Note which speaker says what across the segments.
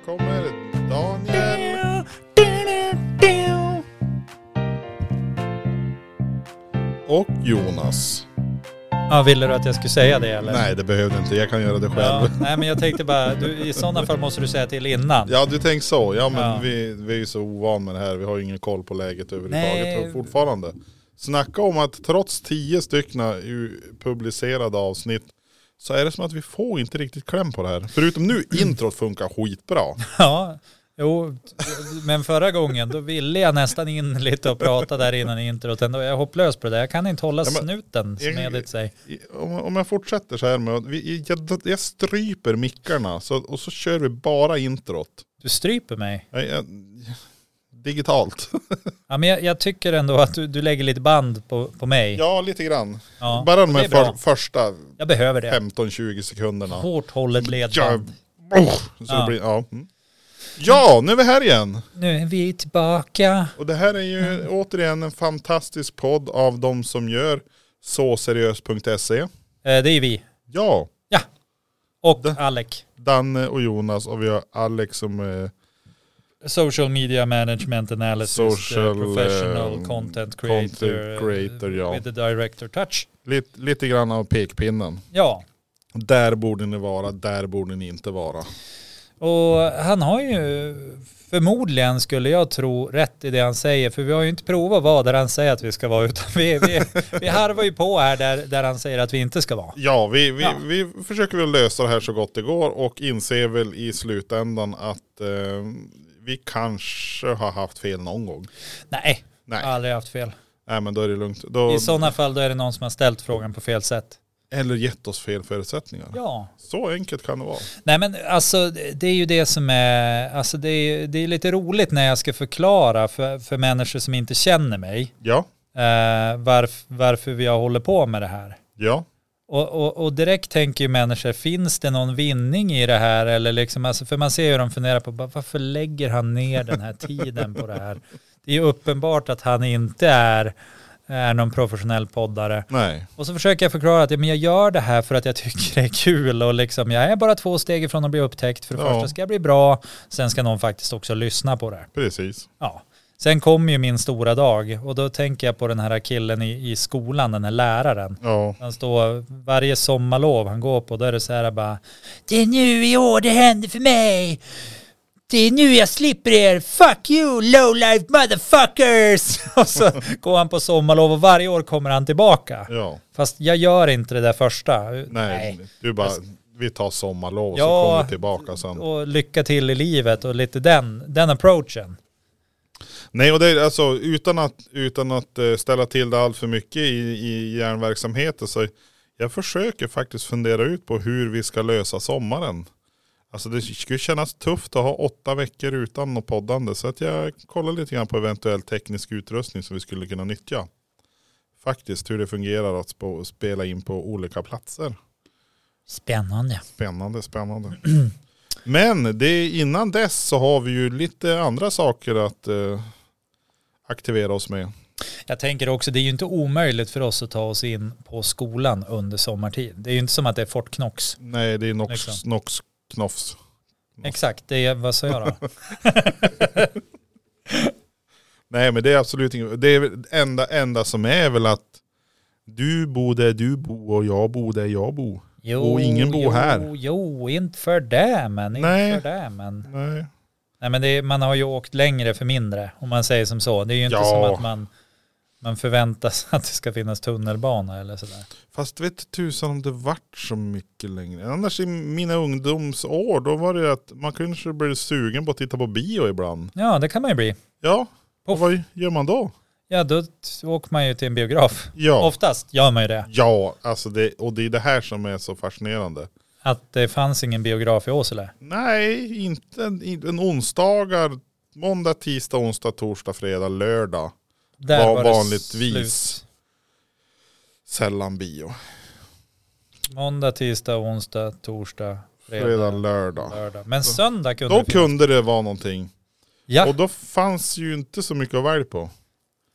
Speaker 1: kommer Daniel och Jonas.
Speaker 2: Ja, ville du att jag skulle säga det eller?
Speaker 1: Nej, det behövde inte. Jag kan göra det själv.
Speaker 2: Ja, nej, men jag tänkte bara, i sådana fall måste du säga till innan.
Speaker 1: Ja, du tänker så. Ja, men
Speaker 2: Ja.
Speaker 1: Vi är ju så ovan med det här. Vi har ju ingen koll på läget överhuvudtaget.
Speaker 2: Nej.
Speaker 1: Fortfarande. Snacka om att trots 10 stycken publicerade avsnitt så är det som att vi får inte riktigt kläm på det här. Förutom nu, introt funkar skitbra.
Speaker 2: Ja, jo, men förra gången då ville jag nästan in lite och prata där innan introt. Ändå är jag hopplös på det där. Jag kan inte hålla snuten smedigt sig.
Speaker 1: Om jag fortsätter så här med jag stryper mickarna och så kör vi bara introt.
Speaker 2: Du stryper mig.
Speaker 1: Digitalt.
Speaker 2: Ja, men jag tycker ändå att du lägger lite band på mig.
Speaker 1: Ja, lite grann.
Speaker 2: Ja,
Speaker 1: bara de
Speaker 2: det är bra.
Speaker 1: här första
Speaker 2: Jag behöver det.
Speaker 1: 15-20 sekunderna.
Speaker 2: Hårt hållet ledband.
Speaker 1: Så det blir, ja. Ja, nu är vi här igen.
Speaker 2: Nu är vi tillbaka.
Speaker 1: Och det här är ju återigen en fantastisk podd av de som gör såseriös.se.
Speaker 2: Det är vi.
Speaker 1: Ja.
Speaker 2: Ja. Och Alec.
Speaker 1: Danne och Jonas, och vi har Alex som är
Speaker 2: Social media management analysis, professional content creator,
Speaker 1: ja.
Speaker 2: with the director touch.
Speaker 1: Lite grann av pekpinnen.
Speaker 2: Ja.
Speaker 1: Där borde ni vara, där borde ni inte vara.
Speaker 2: Och han har ju förmodligen, skulle jag tro, rätt i det han säger. För vi har ju inte provat vad där han säger att vi ska vara. Utan vi harvar ju på här där han säger att vi inte ska vara.
Speaker 1: Ja, vi försöker väl lösa det här så gott det går. Och inser väl i slutändan att vi kanske har haft fel någon gång.
Speaker 2: Nej. Jag har aldrig haft fel.
Speaker 1: Nej, men då är det lugnt.
Speaker 2: I sådana fall då är det någon som har ställt frågan på fel sätt.
Speaker 1: Eller gett oss fel förutsättningar.
Speaker 2: Ja.
Speaker 1: Så enkelt kan det vara.
Speaker 2: Nej, men alltså det är ju det som är, alltså det är lite roligt när jag ska förklara för människor som inte känner mig.
Speaker 1: Ja.
Speaker 2: Varför vi håller på med det här.
Speaker 1: Ja.
Speaker 2: Och direkt tänker ju människor, finns det någon vinning i det här? Eller liksom, alltså, för man ser ju de funderar på, varför lägger han ner den här tiden på det här? Det är ju uppenbart att han inte är någon professionell poddare.
Speaker 1: Nej.
Speaker 2: Och så försöker jag förklara att men jag gör det här för att jag tycker det är kul. Och liksom, jag är bara 2 steg ifrån att bli upptäckt. För det första ska jag bli bra. Sen ska någon faktiskt också lyssna på det.
Speaker 1: Precis.
Speaker 2: Ja. Sen kommer ju min stora dag. Och då tänker jag på den här killen i skolan, den här läraren.
Speaker 1: Ja.
Speaker 2: Han står varje sommarlov han går på. Då är det så här bara, det är nu i år det händer för mig. Det är nu jag slipper er. Fuck you, low life motherfuckers. Och så går han på sommarlov och varje år kommer han tillbaka.
Speaker 1: Ja.
Speaker 2: Fast jag gör inte det där första.
Speaker 1: Nej. Du bara, vi tar sommarlov och
Speaker 2: ja,
Speaker 1: så kommer vi tillbaka sen.
Speaker 2: Och lycka till i livet och lite den approachen.
Speaker 1: Nej, och det är alltså utan att ställa till det allt för mycket i järnverksamheten, så jag försöker faktiskt fundera ut på hur vi ska lösa sommaren. Alltså det skulle kännas tufft att ha 8 veckor utan något poddande. Så att jag kollar lite grann på eventuell teknisk utrustning som vi skulle kunna nyttja. Faktiskt hur det fungerar att spela in på olika platser.
Speaker 2: Spännande.
Speaker 1: Spännande. Men innan dess så har vi ju lite andra saker att aktivera oss med.
Speaker 2: Jag tänker också, det är ju inte omöjligt för oss att ta oss in på skolan under sommartid. Det är ju inte som att det är Fort Knox.
Speaker 1: Nej, det är Knox.
Speaker 2: Exakt, det är, vad sa jag då?
Speaker 1: Nej, men det är absolut inget. Det är enda som är väl att du bor där du bor och jag bor där jag bor. Och ingen bor här.
Speaker 2: Jo, inte för det, men.
Speaker 1: Nej.
Speaker 2: Nej, men man har ju åkt längre för mindre, om man säger som så. Det är ju inte som att man förväntas att det ska finnas tunnelbana eller sådär.
Speaker 1: Fast vet tusan om det vart så mycket längre. Annars i mina ungdomsår, då var det att man kanske blir sugen på att titta på bio ibland.
Speaker 2: Ja, det kan man ju bli.
Speaker 1: Ja, och vad gör man då?
Speaker 2: Ja, då åker man ju till en biograf.
Speaker 1: Ja.
Speaker 2: Oftast gör man ju det.
Speaker 1: Ja, alltså det är det här som är så fascinerande.
Speaker 2: Att det fanns ingen biograf i Åsele?
Speaker 1: Nej, inte en onsdagar, måndag, tisdag, onsdag, torsdag, fredag, lördag.
Speaker 2: Där var
Speaker 1: vanligtvis
Speaker 2: slut.
Speaker 1: Sällan bio.
Speaker 2: Måndag, tisdag, onsdag, torsdag,
Speaker 1: fredag, lördag.
Speaker 2: Men söndag kunde
Speaker 1: då kunde det vara någonting.
Speaker 2: Ja.
Speaker 1: Och då fanns ju inte så mycket att välja på.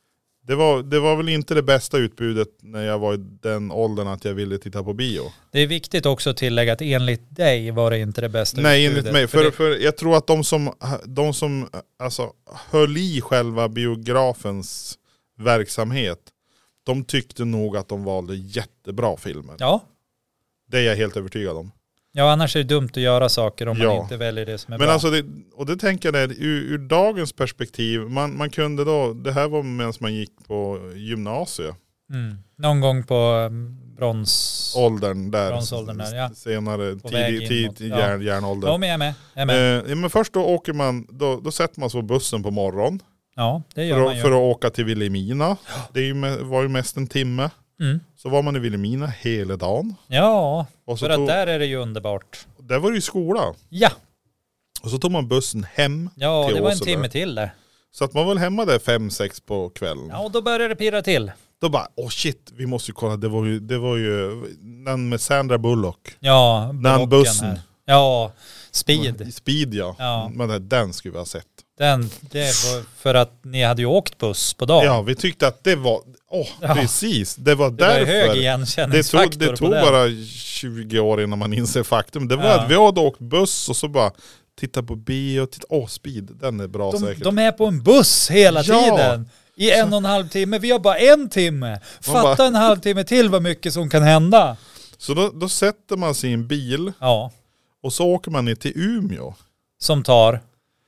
Speaker 1: det var väl inte det bästa utbudet när jag var i den åldern att jag ville titta på bio.
Speaker 2: Det är viktigt också att tillägga att enligt dig var det inte det bästa
Speaker 1: Nej,
Speaker 2: utbudet.
Speaker 1: enligt mig. För jag tror att de som alltså, höll i själva biografens verksamhet, de tyckte nog att de valde jättebra filmer.
Speaker 2: Ja.
Speaker 1: Det är jag helt övertygad om.
Speaker 2: Ja, annars är det dumt att göra saker om man inte väljer det som är
Speaker 1: men
Speaker 2: bra.
Speaker 1: alltså det tänker jag ur dagens perspektiv, man kunde då, det här var medan man gick på gymnasiet.
Speaker 2: Någon gång på bronsåldern
Speaker 1: där,
Speaker 2: ja.
Speaker 1: Senare, tidig järnålder.
Speaker 2: Ja, men jag är med.
Speaker 1: Men först då åker man, då sätter man sig på bussen på morgon.
Speaker 2: Ja, det gör man ju.
Speaker 1: För att åka till Vilhelmina. Det var ju mest en timme. Så var man i Vilhelmina hela dagen.
Speaker 2: Ja, och för att där är det ju underbart.
Speaker 1: Där var det ju skola.
Speaker 2: Ja.
Speaker 1: Och så tog man bussen hem till
Speaker 2: Ja, det var en
Speaker 1: Åsele.
Speaker 2: timme till där.
Speaker 1: Så att man var hemma där 5-6 på kvällen.
Speaker 2: Ja, och då började det pirra till.
Speaker 1: Då bara, shit, vi måste ju kolla. Det var ju den med Sandra Bullock.
Speaker 2: Ja,
Speaker 1: den bussen.
Speaker 2: Här. Ja, Speed.
Speaker 1: Speed, ja. Men den skulle vi ha sett.
Speaker 2: Det var för att ni hade ju åkt buss på dagen.
Speaker 1: Ja, vi tyckte att det var, precis. Det var
Speaker 2: det
Speaker 1: därför.
Speaker 2: Var hög igenkänningsfaktor
Speaker 1: det tog bara 20 år innan man inser faktum. Det var att vi hade åkt buss och så bara titta på bio, Speed, den är bra säkert.
Speaker 2: De är på en buss hela tiden. I 1,5 timme. Vi har bara 1 timme. Fatta en halvtimme till vad mycket som kan hända.
Speaker 1: Så då sätter man sig i en bil.
Speaker 2: Ja.
Speaker 1: Och så åker man ner till Umeå.
Speaker 2: Som tar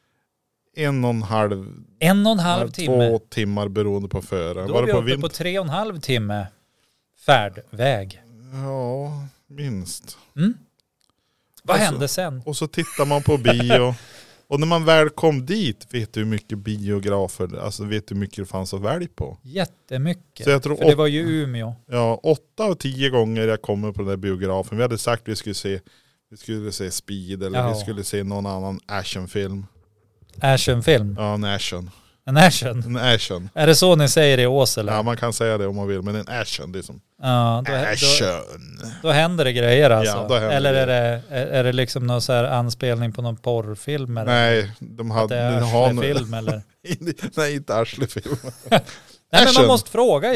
Speaker 1: 1,5
Speaker 2: timme.
Speaker 1: 2 timmar beroende på före.
Speaker 2: Då är vi uppe på 3,5 timme färdväg.
Speaker 1: Ja, minst.
Speaker 2: Vad hände sen?
Speaker 1: Och så tittar man på bio. Och när man väl kom dit, vet du hur mycket biografer, alltså vet du hur mycket det fanns att välja på?
Speaker 2: Jättemycket.
Speaker 1: Så jag tror
Speaker 2: för det var ju Umeå.
Speaker 1: Ja, 8 av 10 gånger jag kommer på den där biografen. Vi hade sagt att vi skulle se Speed eller vi skulle se någon annan actionfilm.
Speaker 2: Actionfilm?
Speaker 1: Ja, en action.
Speaker 2: En action?
Speaker 1: En action.
Speaker 2: Är det så ni säger i Åsele?
Speaker 1: Ja, man kan säga det om man vill, men en action, det är som
Speaker 2: action. Då händer det grejer alltså.
Speaker 1: Ja, då händer
Speaker 2: eller är det liksom någon så här anspelning på någon porrfilm? Eller?
Speaker 1: Nej, de hade
Speaker 2: film eller?
Speaker 1: Nej, inte Ashley-film.
Speaker 2: Nej, men man måste fråga.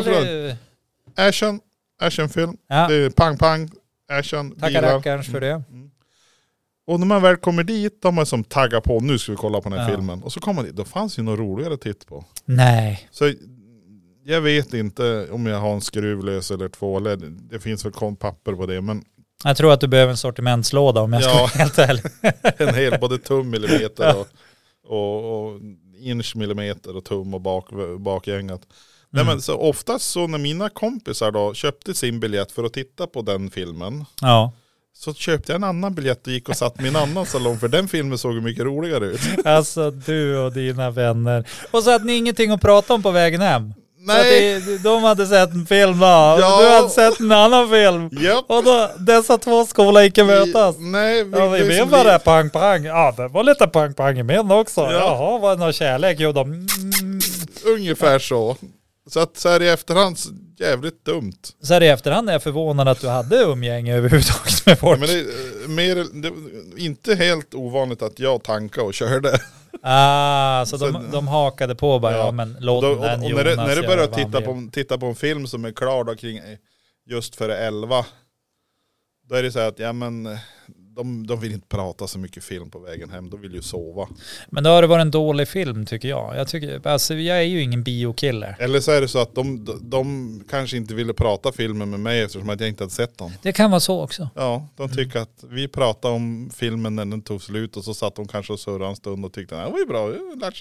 Speaker 1: Actionfilm. Ja. Det är pang, action,
Speaker 2: tackar rackarns för det.
Speaker 1: Och när man väl kommer dit, då har man som taggar på, nu ska vi kolla på den här filmen. Och så kommer man dit, då fanns ju något roligare att titta på.
Speaker 2: Nej.
Speaker 1: Så jag vet inte om jag har en skruvlös eller 2, eller det finns väl papper på det, men
Speaker 2: jag tror att du behöver en sortimentslåda om jag ska vara helt ärlig.
Speaker 1: En hel, både tummillimeter och inchmillimeter och tum och bakgängat. Nej, men så oftast så när mina kompisar då köpte sin biljett för att titta på den filmen.
Speaker 2: Ja.
Speaker 1: Så köpte jag en annan biljett och gick och satt i en annan salong, för den filmen såg mycket roligare ut.
Speaker 2: Alltså du och dina vänner. Och så hade ni ingenting att prata om på vägen hem.
Speaker 1: Nej.
Speaker 2: Så att de hade sett en film då. Ja. Du hade sett en annan film.
Speaker 1: Yep.
Speaker 2: Och då, dessa två skolor inte mötas.
Speaker 1: Nej.
Speaker 2: Vi var det pang. Ja, det var lite pang i min också. Ja. Jaha, var det någon kärlek? Jo,
Speaker 1: ungefär så. Så att så här i efterhand, jävligt dumt.
Speaker 2: Så här i efterhand är jag förvånad att du hade umgänge överhuvudtaget med folk.
Speaker 1: Ja, men det är inte helt ovanligt att jag tankade och körde.
Speaker 2: Så de hakade på bara, ja men låt den Jonas.
Speaker 1: Och när du börjar titta på en film som är klar då kring just före 11, då är det så här att de vill inte prata så mycket film på vägen hem, de vill ju sova.
Speaker 2: Men då har det varit en dålig film tycker jag. Jag är ju ingen biokille.
Speaker 1: Eller så är det så att de kanske inte ville prata filmen med mig eftersom att jag inte hade sett dem.
Speaker 2: Det kan vara så också.
Speaker 1: Ja, de tycker att vi pratade om filmen när den tog slut och så satt de kanske och surrade en stund och tyckte det var ju bra,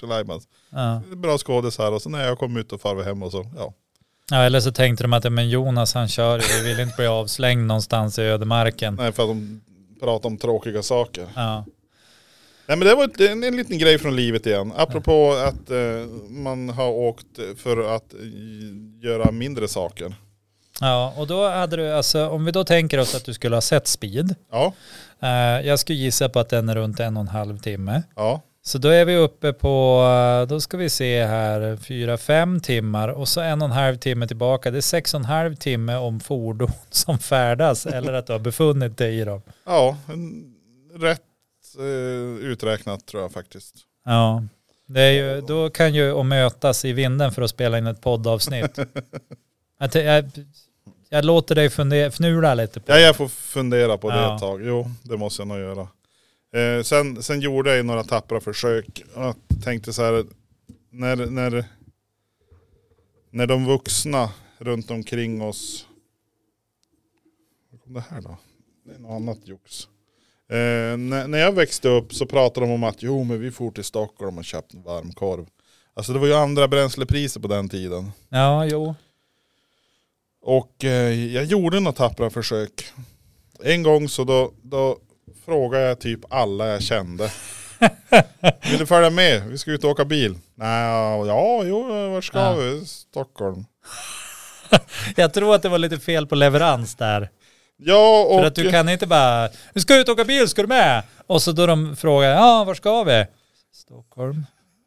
Speaker 1: bra skådis här, och så när jag kom ut och farvade hem och så,
Speaker 2: Ja, eller så tänkte de att men Jonas han kör, vi vill inte bli avslängd någonstans i ödemarken.
Speaker 1: Nej, för att de pratar om tråkiga saker.
Speaker 2: Ja.
Speaker 1: Nej, men det var en liten grej från livet igen. Apropå att man har åkt för att göra mindre saker.
Speaker 2: Ja, och då hade du, alltså om vi då tänker oss att du skulle ha sett Speed.
Speaker 1: Ja.
Speaker 2: Jag skulle gissa på att den är runt 1,5 timme.
Speaker 1: Ja.
Speaker 2: Så då är vi uppe på, då ska vi se här, 4-5 timmar och så 1,5 timme tillbaka. Det är 6,5 timme om fordon som färdas eller att du har befunnit dig i dem.
Speaker 1: Ja, rätt uträknat tror jag faktiskt.
Speaker 2: Ja. Det är ju, då kan ju mötas i vinden för att spela in ett poddavsnitt. Jag låter dig fnula lite på.
Speaker 1: Ja, jag får fundera på det ett tag. Jo, det måste jag nog göra. Sen gjorde jag några tappra försök. Jag tänkte så här, när de vuxna runt omkring oss... Vad kom det här då? Det är något annat jox. När jag växte upp så pratade de om att men vi får till Stockholm och köpte en varmkorv. Alltså det var ju andra bränslepriser på den tiden.
Speaker 2: Ja, jo.
Speaker 1: Och jag gjorde några tappra försök. En gång så då frågade jag typ alla jag kände. Vill du följa med? Vi ska ut och åka bil. Nej, var ska vi? Stockholm.
Speaker 2: Jag tror att det var lite fel på leverans där.
Speaker 1: Ja, och...
Speaker 2: För att du kan inte bara, vi ska ut och åka bil, ska du med? Och så då de frågar, var ska vi? Stockholm.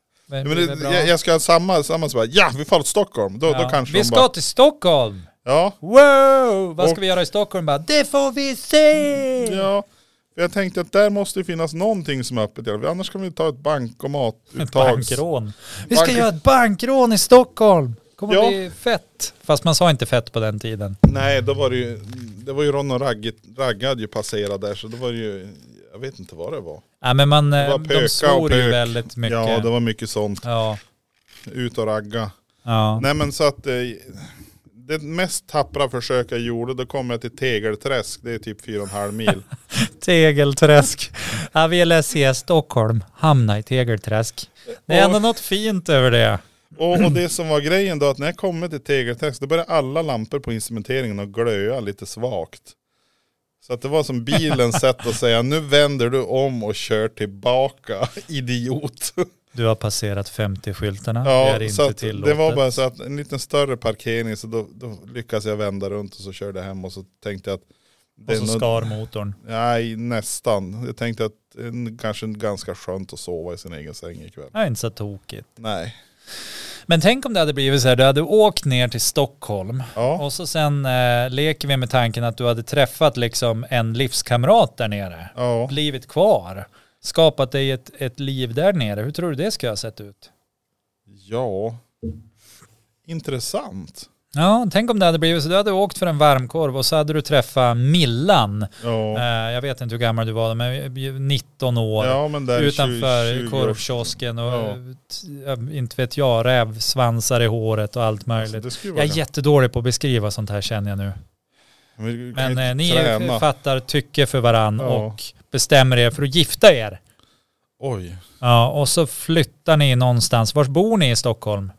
Speaker 1: Jag ska ha samma så bara, vi får till Stockholm. Då kanske
Speaker 2: vi ska till Stockholm.
Speaker 1: Ja.
Speaker 2: Wow, vad ska vi göra i Stockholm? Bara, det får vi se.
Speaker 1: Ja, för jag tänkte att där måste det finnas någonting som är öppet. Annars kan vi ta ett bankomat.
Speaker 2: Ett bankrån. Vi ska göra ett bankrån i Stockholm. Kommer bli fett. Fast man sa inte fett på den tiden.
Speaker 1: Nej, då var det var ju Ron och Ragge hade ju passerat där. Så då var det ju, jag vet inte vad det var.
Speaker 2: Ja, men de svor ju väldigt mycket.
Speaker 1: Ja, det var mycket sånt.
Speaker 2: Ja.
Speaker 1: Ut och ragga.
Speaker 2: Ja.
Speaker 1: Nej, men så att det mest tappra försök jag gjorde, då kom jag till Tegelträsk. Det är typ 4,5 mil.
Speaker 2: Tegelträsk. Ja, vi LSC Stockholm. Hamna i Tegelträsk. Det är ändå något fint över det.
Speaker 1: Och det som var grejen då, att när jag kom till Tegelträsk, då började alla lampor på instrumenteringen att glöa lite svagt. Så att det var som bilens sätt att säga, nu vänder du om och kör tillbaka, idiot.
Speaker 2: Du har passerat 50-skyltarna.
Speaker 1: Ja,
Speaker 2: det är inte
Speaker 1: så att
Speaker 2: tillåtet.
Speaker 1: det var bara så att en liten större parkering, så då lyckades jag vända runt och så körde jag hem och så tänkte jag att...
Speaker 2: Och så skar motorn.
Speaker 1: Nej, nästan. Jag tänkte att det kanske är ganska skönt att sova i sin egen säng ikväll.
Speaker 2: Det är inte så tokigt.
Speaker 1: Nej.
Speaker 2: Men tänk om det hade blivit så här, du hade åkt ner till Stockholm och så sen leker vi med tanken att du hade träffat liksom en livskamrat där nere.
Speaker 1: Ja.
Speaker 2: Blivit kvar. Skapat dig ett liv där nere. Hur tror du det ska ha sett ut?
Speaker 1: Ja, intressant.
Speaker 2: Ja, tänk om det hade blivit så. Du hade åkt för en varmkorv och så hade du träffat Millan.
Speaker 1: Ja.
Speaker 2: Jag vet inte hur gammal du var, men 19 år.
Speaker 1: Ja, men där
Speaker 2: utanför
Speaker 1: 20
Speaker 2: korvkiosken och inte vet jag, rävsvansar i håret och allt möjligt.
Speaker 1: Alltså,
Speaker 2: jag är jättedålig på att beskriva sånt här, känner jag nu. Men ni fattar tycke för varann och bestämmer er för att gifta er.
Speaker 1: Oj.
Speaker 2: Ja, och så flyttar ni någonstans. Var bor ni i Stockholm?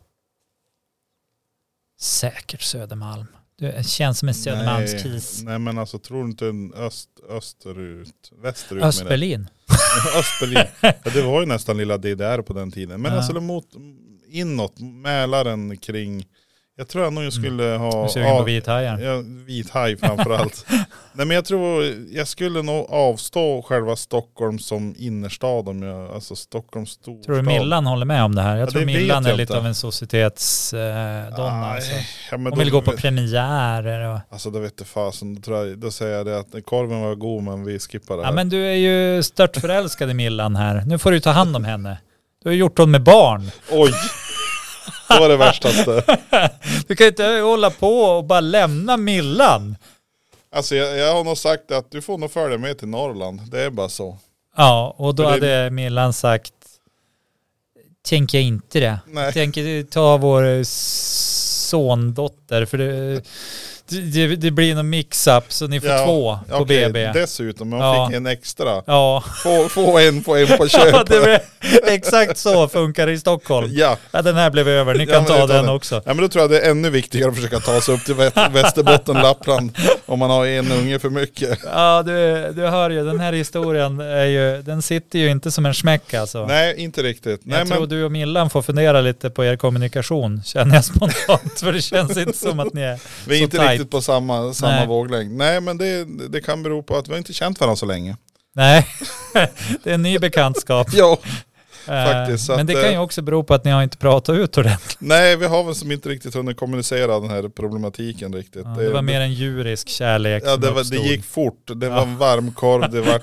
Speaker 2: Säkert Södermalm. Det känns som en Södermalmskis.
Speaker 1: Nej, men alltså tror du inte en västerut.
Speaker 2: Östberlin.
Speaker 1: Östberlin. Ja, det var ju nästan lilla DDR på den tiden. Men alltså inåt, Mälaren kring... Jag tror jag nog skulle ha...
Speaker 2: Sugen på vithajar.
Speaker 1: Ja, vithaj framförallt. Nej, men jag tror jag skulle nog avstå själva Stockholm som innerstad. Alltså Stockholms storstad.
Speaker 2: Tror du Millan håller med om det här? Jag tror Millan är lite
Speaker 1: inte.
Speaker 2: av en societetsdonna. Alltså.
Speaker 1: Ja,
Speaker 2: hon vill gå på premiärer.
Speaker 1: Alltså då vet du fasen. Då säger jag det att korven var god, men vi skippar det här.
Speaker 2: Ja, men du är ju stört förälskad i Millan här. Nu får du ta hand om henne. Du har gjort hon med barn.
Speaker 1: Oj. Det var det värstaste.
Speaker 2: Du kan inte hålla på och bara lämna Millan.
Speaker 1: Alltså jag har nog sagt att du får nog följa med till Norrland. Det är bara så.
Speaker 2: Ja, och då hade Millan sagt, tänker jag inte det.
Speaker 1: Nej.
Speaker 2: Jag tänker ta vår sondotter, för det blir någon mix-up, så ni får 2 på BB.
Speaker 1: Dessutom, om jag fick en extra.
Speaker 2: Ja.
Speaker 1: Få en på köpet.
Speaker 2: Exakt så funkar det i Stockholm.
Speaker 1: Ja.
Speaker 2: Den här blev över, ni kan ta den också.
Speaker 1: Ja, men då tror jag det är ännu viktigare att försöka ta sig upp till Västerbotten, Lappland, om man har en unge för mycket.
Speaker 2: Ja, du hör ju, den här historien den sitter ju inte som en smäck alltså.
Speaker 1: Nej, inte riktigt.
Speaker 2: Jag tror du och Millan får fundera lite på er kommunikation, känner jag spontant, för det känns inte som att ni är
Speaker 1: vi är
Speaker 2: så
Speaker 1: inte
Speaker 2: tajt.
Speaker 1: Riktigt på samma våglängd. Nej, men det kan bero på att vi inte känt varandra så länge.
Speaker 2: Nej, det är en ny bekantskap.
Speaker 1: Ja, faktiskt.
Speaker 2: Men det kan ju också bero på att ni har inte pratat ut ordentligt.
Speaker 1: Nej, vi har väl som inte riktigt hunnit kommunicera den här problematiken riktigt.
Speaker 2: Ja, det var mer en djurisk kärlek.
Speaker 1: Ja, det gick fort. Det var en varmkorv, det var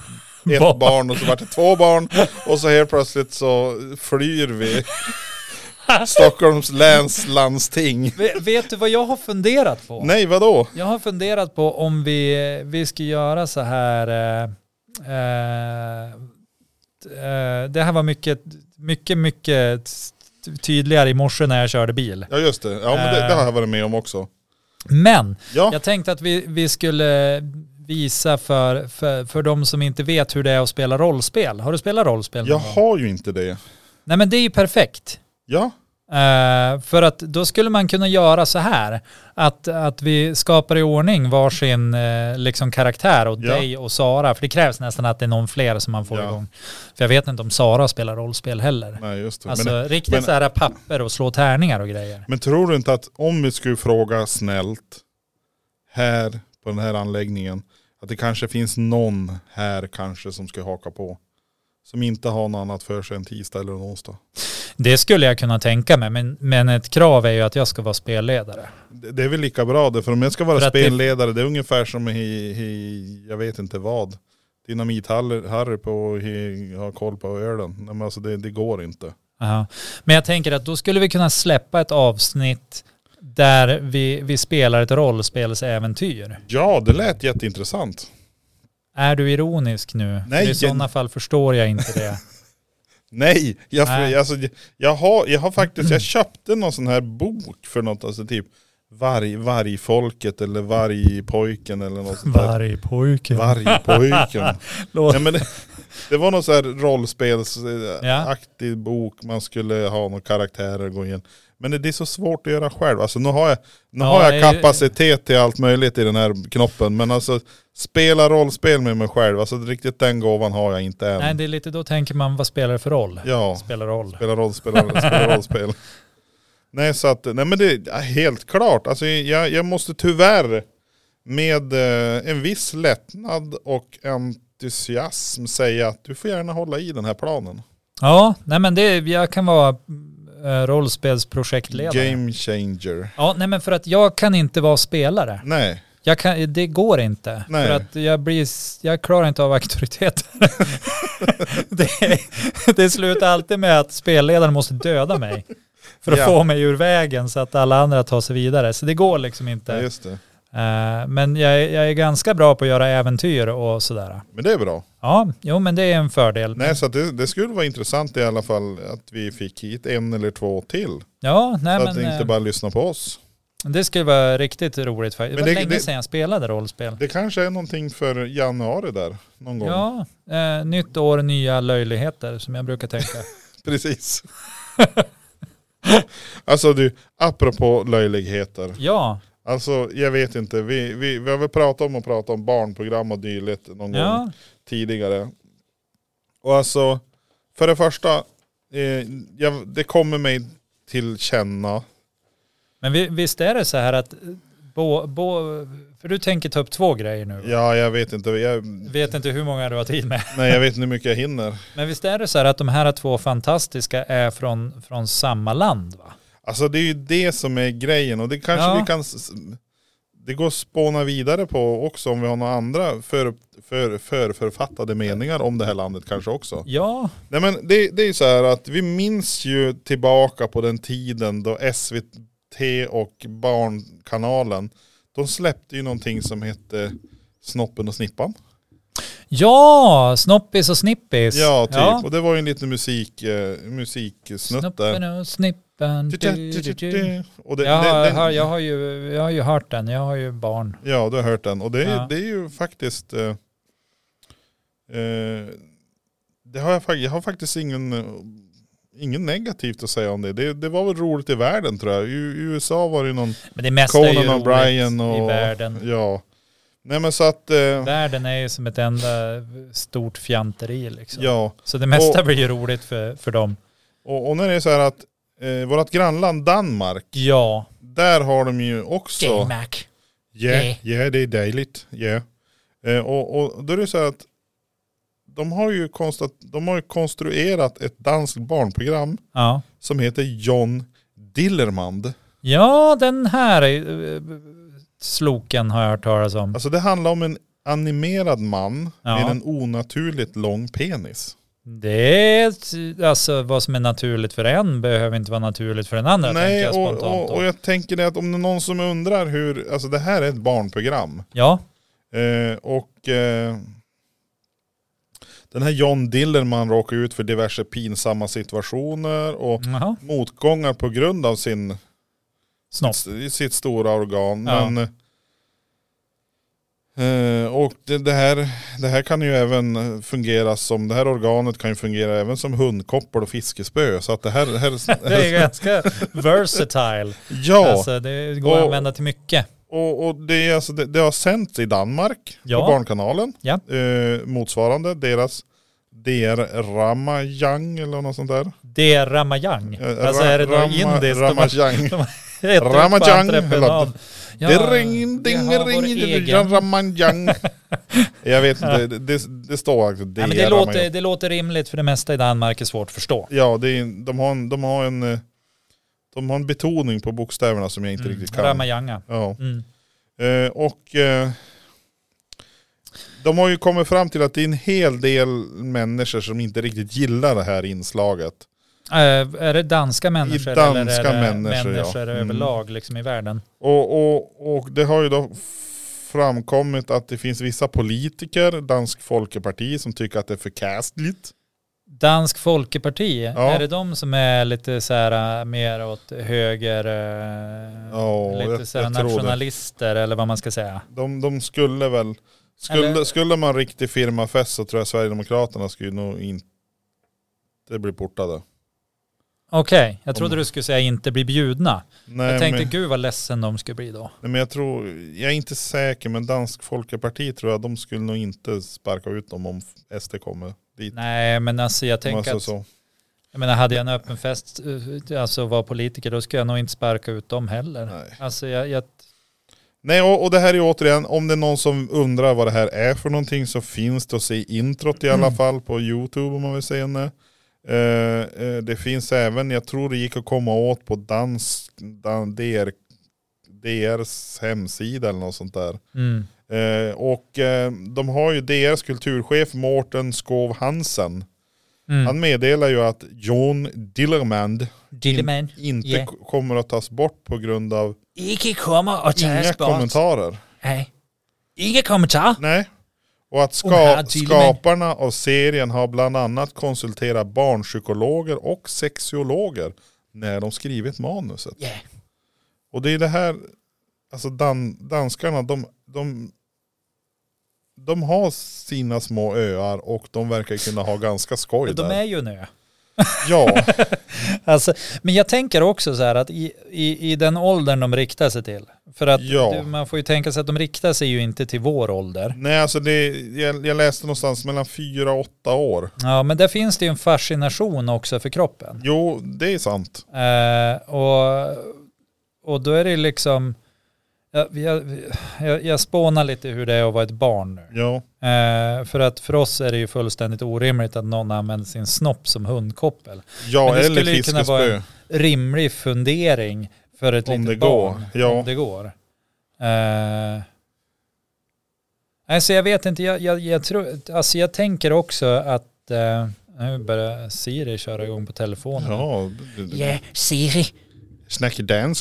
Speaker 1: ett barn och så vart det 2 barn. Och så helt plötsligt så flyr vi Stockholms läns landsting.
Speaker 2: Vet du vad jag har funderat på?
Speaker 1: Nej, vadå?
Speaker 2: Jag har funderat på om vi ska göra så här. Det här var mycket tydligare i morse när jag körde bil.
Speaker 1: Ja, just det. Ja, men det har jag varit med om också.
Speaker 2: Men
Speaker 1: Ja.
Speaker 2: jag tänkte att vi skulle visa för de som inte vet hur det är att spela rollspel. Har du spelat rollspel någon
Speaker 1: Jag
Speaker 2: gång?
Speaker 1: har ju inte det.
Speaker 2: Nej, men det är ju perfekt.
Speaker 1: Ja.
Speaker 2: För att då skulle man kunna göra så här att vi skapar i ordning varsin liksom karaktär och dig och Sara, för det krävs nästan att det är någon fler som man får igång. För jag vet inte om Sara spelar rollspel heller.
Speaker 1: Nej, just det.
Speaker 2: Alltså riktigt så här papper och slå tärningar och grejer.
Speaker 1: Men tror du inte att om vi skulle fråga snällt här på den här anläggningen att det kanske finns någon här kanske som ska haka på, som inte har något annat för sig en tisdag eller en onsdag?
Speaker 2: Det skulle jag kunna tänka mig, men ett krav är ju att jag ska vara spelledare.
Speaker 1: Det är väl lika bra det, för om jag ska vara spelledare, det är ungefär som jag vet inte vad. Dynamit-Harry på att ha koll på ölen. Men alltså det går inte.
Speaker 2: Aha. Men jag tänker att då skulle vi kunna släppa ett avsnitt där vi spelar ett rollspelsäventyr.
Speaker 1: Ja, det lät jätteintressant.
Speaker 2: Är du ironisk nu?
Speaker 1: Nej.
Speaker 2: För i sådana fall förstår jag inte det.
Speaker 1: Nej, jag har faktiskt, jag köpte någon sån här bok för något, alltså typ Vargfolket eller Vargpojken eller något sånt där.
Speaker 2: Vargpojken.
Speaker 1: Ja, men det var någon sån här rollspelsaktig bok, man skulle ha några karaktärer gå in. Men det är så svårt att göra själv. Alltså nu har jag kapacitet till allt möjligt i den här knoppen. Men alltså spela rollspel med mig själv. Alltså riktigt den gåvan har jag inte än.
Speaker 2: Nej, det är lite, då tänker man, vad spelar det för roll?
Speaker 1: Ja.
Speaker 2: Spela
Speaker 1: rollspel. Nej, så att, nej men det är helt klart. Alltså jag måste tyvärr med en viss lättnad och entusiasm säga att du får gärna hålla i den här planen.
Speaker 2: Ja, nej men jag kan vara rollspelsprojektledare.
Speaker 1: Game changer.
Speaker 2: Ja, nej men för att jag kan inte vara spelare.
Speaker 1: Nej.
Speaker 2: Det går inte.
Speaker 1: Nej.
Speaker 2: För att jag klarar inte av auktoritet. det slutar alltid med att spelledaren måste döda mig. För att få mig ur vägen så att alla andra tar sig vidare. Så det går liksom inte.
Speaker 1: Ja, just det.
Speaker 2: Men jag är ganska bra på att göra äventyr och sådär.
Speaker 1: Men det är bra.
Speaker 2: Ja, jo men det är en fördel.
Speaker 1: Nej, så att det skulle vara intressant i alla fall att vi fick hit 1 eller 2 till.
Speaker 2: Ja, nej,
Speaker 1: så
Speaker 2: men
Speaker 1: att inte bara lyssna på oss.
Speaker 2: Det skulle vara riktigt roligt faktiskt. Det var länge sedan jag spelade rollspel.
Speaker 1: Det kanske är någonting för januari där någon gång.
Speaker 2: Ja, nytt år, nya löjligheter som jag brukar tänka.
Speaker 1: Precis. Alltså du, apropå löjligheter.
Speaker 2: Ja.
Speaker 1: Alltså jag vet inte, vi har väl pratat om barnprogram och dylikt någon gång tidigare. Och alltså, för det första, det kommer mig till känna.
Speaker 2: Men visst är det så här att, för du tänker ta upp 2 grejer nu?
Speaker 1: Ja, jag vet inte. Jag
Speaker 2: vet inte hur många du har tid med.
Speaker 1: Nej, jag vet inte hur mycket jag hinner.
Speaker 2: Men visst är det så här att de här 2 fantastiska är från samma land, va?
Speaker 1: Alltså det är ju det som är grejen, och det kanske vi kan, det går att spåna vidare på också om vi har några andra författade meningar om det här landet kanske också.
Speaker 2: Ja.
Speaker 1: Nej, men det är ju så här att vi minns ju tillbaka på den tiden då SVT och Barnkanalen, de släppte ju någonting som hette Snoppen och Snippan.
Speaker 2: Ja, Snoppis och Snippis.
Speaker 1: Ja, typ. Ja. Och det var ju en liten musiksnutt där.
Speaker 2: Snoppen och Snippan.
Speaker 1: Och
Speaker 2: jag har ju hört den. Jag har ju barn.
Speaker 1: Ja, du har hört den. Och det är ju faktiskt... jag har faktiskt ingen negativt att säga om det. Det var väl roligt i världen, tror jag. I USA var det någon...
Speaker 2: Men det mesta
Speaker 1: Conan
Speaker 2: är ju
Speaker 1: O'Brien
Speaker 2: roligt i världen.
Speaker 1: Ja. Nej, men så att...
Speaker 2: Världen är ju som ett enda stort fjanteri liksom.
Speaker 1: Ja.
Speaker 2: Så det mesta blir ju roligt för dem.
Speaker 1: Och när det är så här att vårt grannland Danmark.
Speaker 2: Ja.
Speaker 1: Där har de ju också...
Speaker 2: G-Mac.
Speaker 1: Ja, det är dejligt. Ja. Och då är det så här att de har ju konstruerat ett danskt barnprogram som heter John Dillermand.
Speaker 2: Ja, den här sloken har jag hört talas om.
Speaker 1: Alltså det handlar om en animerad man med en onaturligt lång penis.
Speaker 2: Det är alltså vad som är naturligt för en behöver inte vara naturligt för en annan.
Speaker 1: Nej,
Speaker 2: jag spontant
Speaker 1: och jag tänker det att om det är någon som undrar hur, alltså det här är ett barnprogram.
Speaker 2: Ja.
Speaker 1: Den här John Dillerman råkar ut för diverse pinsamma situationer och motgångar på grund av sitt stora organ.
Speaker 2: Ja.
Speaker 1: Men och det här kan ju även fungera som, det här organet kan ju fungera även som hundkoppel och fiskespö. Så att det här
Speaker 2: det är ganska versatile.
Speaker 1: Ja.
Speaker 2: Alltså det går att använda till mycket.
Speaker 1: Och det är alltså, det har sänts i Danmark på Barnkanalen.
Speaker 2: Ja.
Speaker 1: Motsvarande deras DR Ramayang eller något sånt där.
Speaker 2: DR Ramayang. Alltså är det något indiskt?
Speaker 1: Ramayang.
Speaker 2: Ramayang.
Speaker 1: Ramayang. Jag vet inte, det står alltså
Speaker 2: det låter rimligt för det mesta i Danmark är svårt att förstå.
Speaker 1: Ja, de har en betoning på bokstäverna som jag inte riktigt kan.
Speaker 2: Ramayanga.
Speaker 1: Ja. De har ju kommit fram till att det är en hel del människor som inte riktigt gillar det här inslaget.
Speaker 2: Är det danska människor eller är det människor överlag liksom i världen?
Speaker 1: Och det har ju då framkommit att det finns vissa politiker, Dansk Folkeparti, som tycker att det är förkastligt.
Speaker 2: Dansk Folkeparti, är det de som är lite så här mer åt höger, lite så här nationalister eller vad man ska säga?
Speaker 1: De skulle väl, skulle man riktigt firmafest så tror jag Sverigedemokraterna skulle nog inte bli portade.
Speaker 2: Okej, jag trodde du skulle säga inte bli bjudna.
Speaker 1: Nej,
Speaker 2: jag tänkte gud vad ledsen de skulle bli då.
Speaker 1: Nej, men jag är inte säker, men Dansk Folkeparti tror jag de skulle nog inte sparka ut dem om SD kommer dit.
Speaker 2: Nej, men alltså jag tänker att jag menar, hade jag en öppen fest, alltså var politiker, då skulle jag nog inte sparka ut dem heller.
Speaker 1: Nej.
Speaker 2: Alltså
Speaker 1: Nej, och det här är återigen, om det är någon som undrar vad det här är för någonting så finns det att se introt i alla fall på YouTube om man vill säga det. Det finns även, jag tror det gick att komma åt på DRs hemsida eller något sånt där. De har ju DRs kulturchef Morten Skov Hansen. Han meddelar ju att John Dillerman inte kommer att tas bort på grund av
Speaker 2: inga
Speaker 1: kommentarer.
Speaker 2: Nej. Inga kommentarer?
Speaker 1: Nej. Och att skaparna av serien har bland annat konsulterat barnpsykologer och sexologer när de skrivit manuset.
Speaker 2: Yeah.
Speaker 1: Och det är det här, alltså danskarna, de har sina små öar och de verkar kunna ha ganska skoj där.
Speaker 2: De är ju en ö.
Speaker 1: Ja.
Speaker 2: Alltså, men jag tänker också så här att i den åldern de riktar sig till. För att man får ju tänka sig att de riktar sig ju inte till vår ålder. Nej, alltså
Speaker 1: jag läste någonstans mellan 4 och 8 år.
Speaker 2: Ja, men där finns det ju en fascination också för kroppen.
Speaker 1: Jo, det är sant.
Speaker 2: Och då är det liksom... Jag spånar lite hur det är att vara ett barn nu.
Speaker 1: Ja.
Speaker 2: För att för oss är det ju fullständigt orimligt att någon använder sin snopp som hundkoppel.
Speaker 1: Ja,
Speaker 2: men det
Speaker 1: eller
Speaker 2: skulle ju kunna vara en rimlig fundering för ett litet barn. Om det går. Alltså jag vet inte, jag tror, alltså jag tänker också att nu börjar Siri köra igång på telefonen.
Speaker 1: Ja,
Speaker 2: Siri.
Speaker 1: Snackar dansk.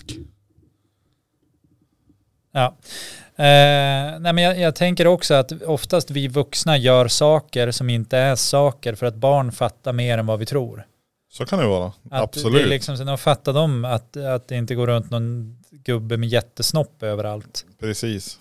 Speaker 2: Ja. Nej, men jag tänker också att oftast vi vuxna gör saker som inte är saker för att barn fattar mer än vad vi tror.
Speaker 1: Så kan det vara, absolut.
Speaker 2: Det är liksom, sen fattar de att det inte går runt någon gubbe med jättesnopp överallt.
Speaker 1: Precis.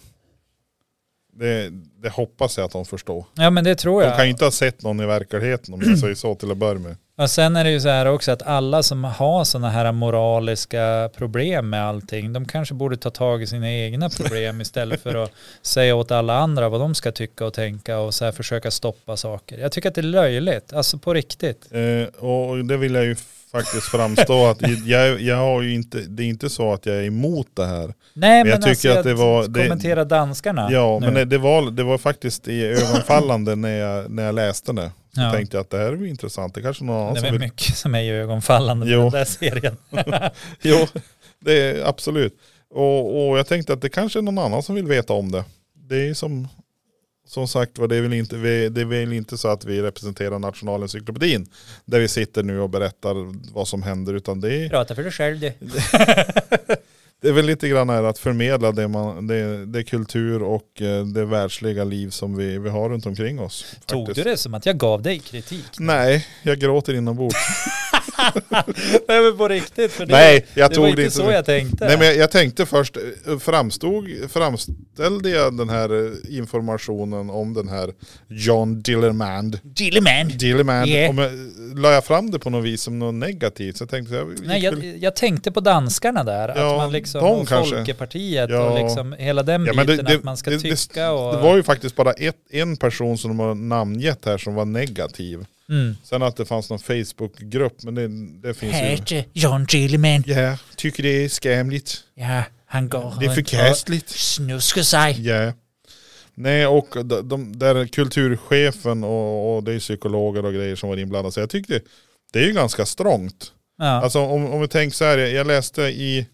Speaker 1: Det hoppas jag att de förstår.
Speaker 2: Ja, men det tror jag.
Speaker 1: De kan ju inte ha sett någon i verkligheten om jag säger så till att börja med.
Speaker 2: Och sen är det ju så här också att alla som har sådana här moraliska problem med allting, de kanske borde ta tag i sina egna problem istället för att säga åt alla andra vad de ska tycka och tänka och så här försöka stoppa saker. Jag tycker att det är löjligt, alltså på riktigt.
Speaker 1: Och det vill jag ju faktiskt framstå att jag har ju inte, det är inte så att jag är emot det här.
Speaker 2: Nej, men jag tycker
Speaker 1: alltså, att det var
Speaker 2: kommentera danskarna.
Speaker 1: Ja, nu. Men det var faktiskt i ögonfallande när jag läste det. Så tänkte jag att det här är ju intressant. Det kanske någon annan
Speaker 2: det är väl mycket som är i ögonfallande med den där serien.
Speaker 1: Jo, det är absolut. Och jag tänkte att det kanske är någon annan som vill veta om det. Det är som som sagt var, det är väl inte så att vi representerar Nationalencyklopedin där vi sitter nu och berättar vad som händer, utan det är...
Speaker 2: Prata för dig själv du.
Speaker 1: Det är väl lite grann här att förmedla det kultur och det världsliga liv som vi har runt omkring oss. Faktiskt.
Speaker 2: Tog du det som att jag gav dig kritik?
Speaker 1: Nej, jag gråter inombords.
Speaker 2: Nej, men på riktigt. För
Speaker 1: Nej, jag
Speaker 2: det
Speaker 1: tog
Speaker 2: var
Speaker 1: det
Speaker 2: inte så jag tänkte.
Speaker 1: Nej, men jag tänkte först, framställde jag den här informationen om den här John Dillermand. Dillermand.
Speaker 2: Yeah.
Speaker 1: La jag fram det på något vis som något negativt? Så jag tänkte,
Speaker 2: jag tänkte på danskarna där.
Speaker 1: Ja,
Speaker 2: att man liksom,
Speaker 1: de
Speaker 2: och
Speaker 1: kanske.
Speaker 2: Folkepartiet
Speaker 1: Ja.
Speaker 2: och liksom hela den biten att man ska tycka. Och...
Speaker 1: Det var ju faktiskt bara en person som de har namngett här som var negativ. Sen att det fanns någon Facebookgrupp, men det finns ju...
Speaker 2: John Dillermand.
Speaker 1: Ja, tycker det är skämligt.
Speaker 2: Ja, han går
Speaker 1: det är förkastligt.
Speaker 2: Snuskar sig.
Speaker 1: Ja. Nej, och de där kulturchefen och det är psykologer och grejer som var inblandade. Så jag tyckte det är ju ganska strångt.
Speaker 2: Ja.
Speaker 1: Alltså om vi tänker så här, jag läste i...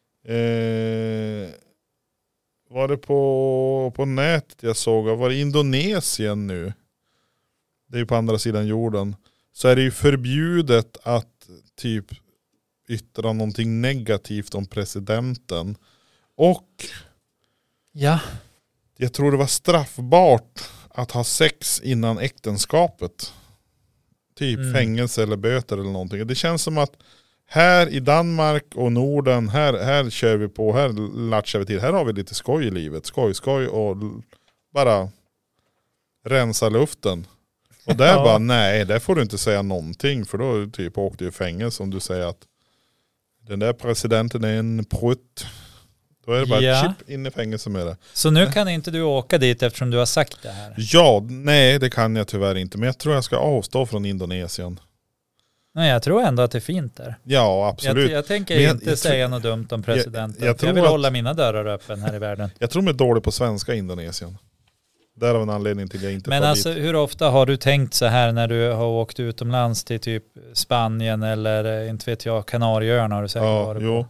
Speaker 1: var det på nätet jag såg, var det Indonesien nu? Det är ju på andra sidan jorden. Så är det ju förbjudet att typ yttra någonting negativt om presidenten. Och
Speaker 2: Ja.
Speaker 1: jag tror det var straffbart att ha sex innan äktenskapet. Typ fängelse eller böter eller någonting. Det känns som att här i Danmark och Norden, här kör vi på, här latchar vi till. Här har vi lite skoj i livet. Skoj och bara rensa luften. Och där bara, nej, där får du inte säga någonting. För då typ åkte du i fängelse om du säger att den där presidenten är en prutt. Då är det bara chip in i fängelse med det.
Speaker 2: Så nu kan inte du åka dit eftersom du har sagt det här?
Speaker 1: Ja, nej det kan jag tyvärr inte. Men jag tror jag ska avstå från Indonesien.
Speaker 2: Nej, jag tror ändå att det är fint där.
Speaker 1: Ja, absolut.
Speaker 2: Jag tänker inte säga något dumt om presidenten. Jag vill hålla mina dörrar öppen här i världen.
Speaker 1: Jag tror de är dålig på svenska i Indonesien. Därav en anledning till att jag inte
Speaker 2: Men alltså dit. Hur ofta har du tänkt så här när du har åkt utomlands till typ Spanien eller inte vet jag, Kanarieöarna har du säkert varit på?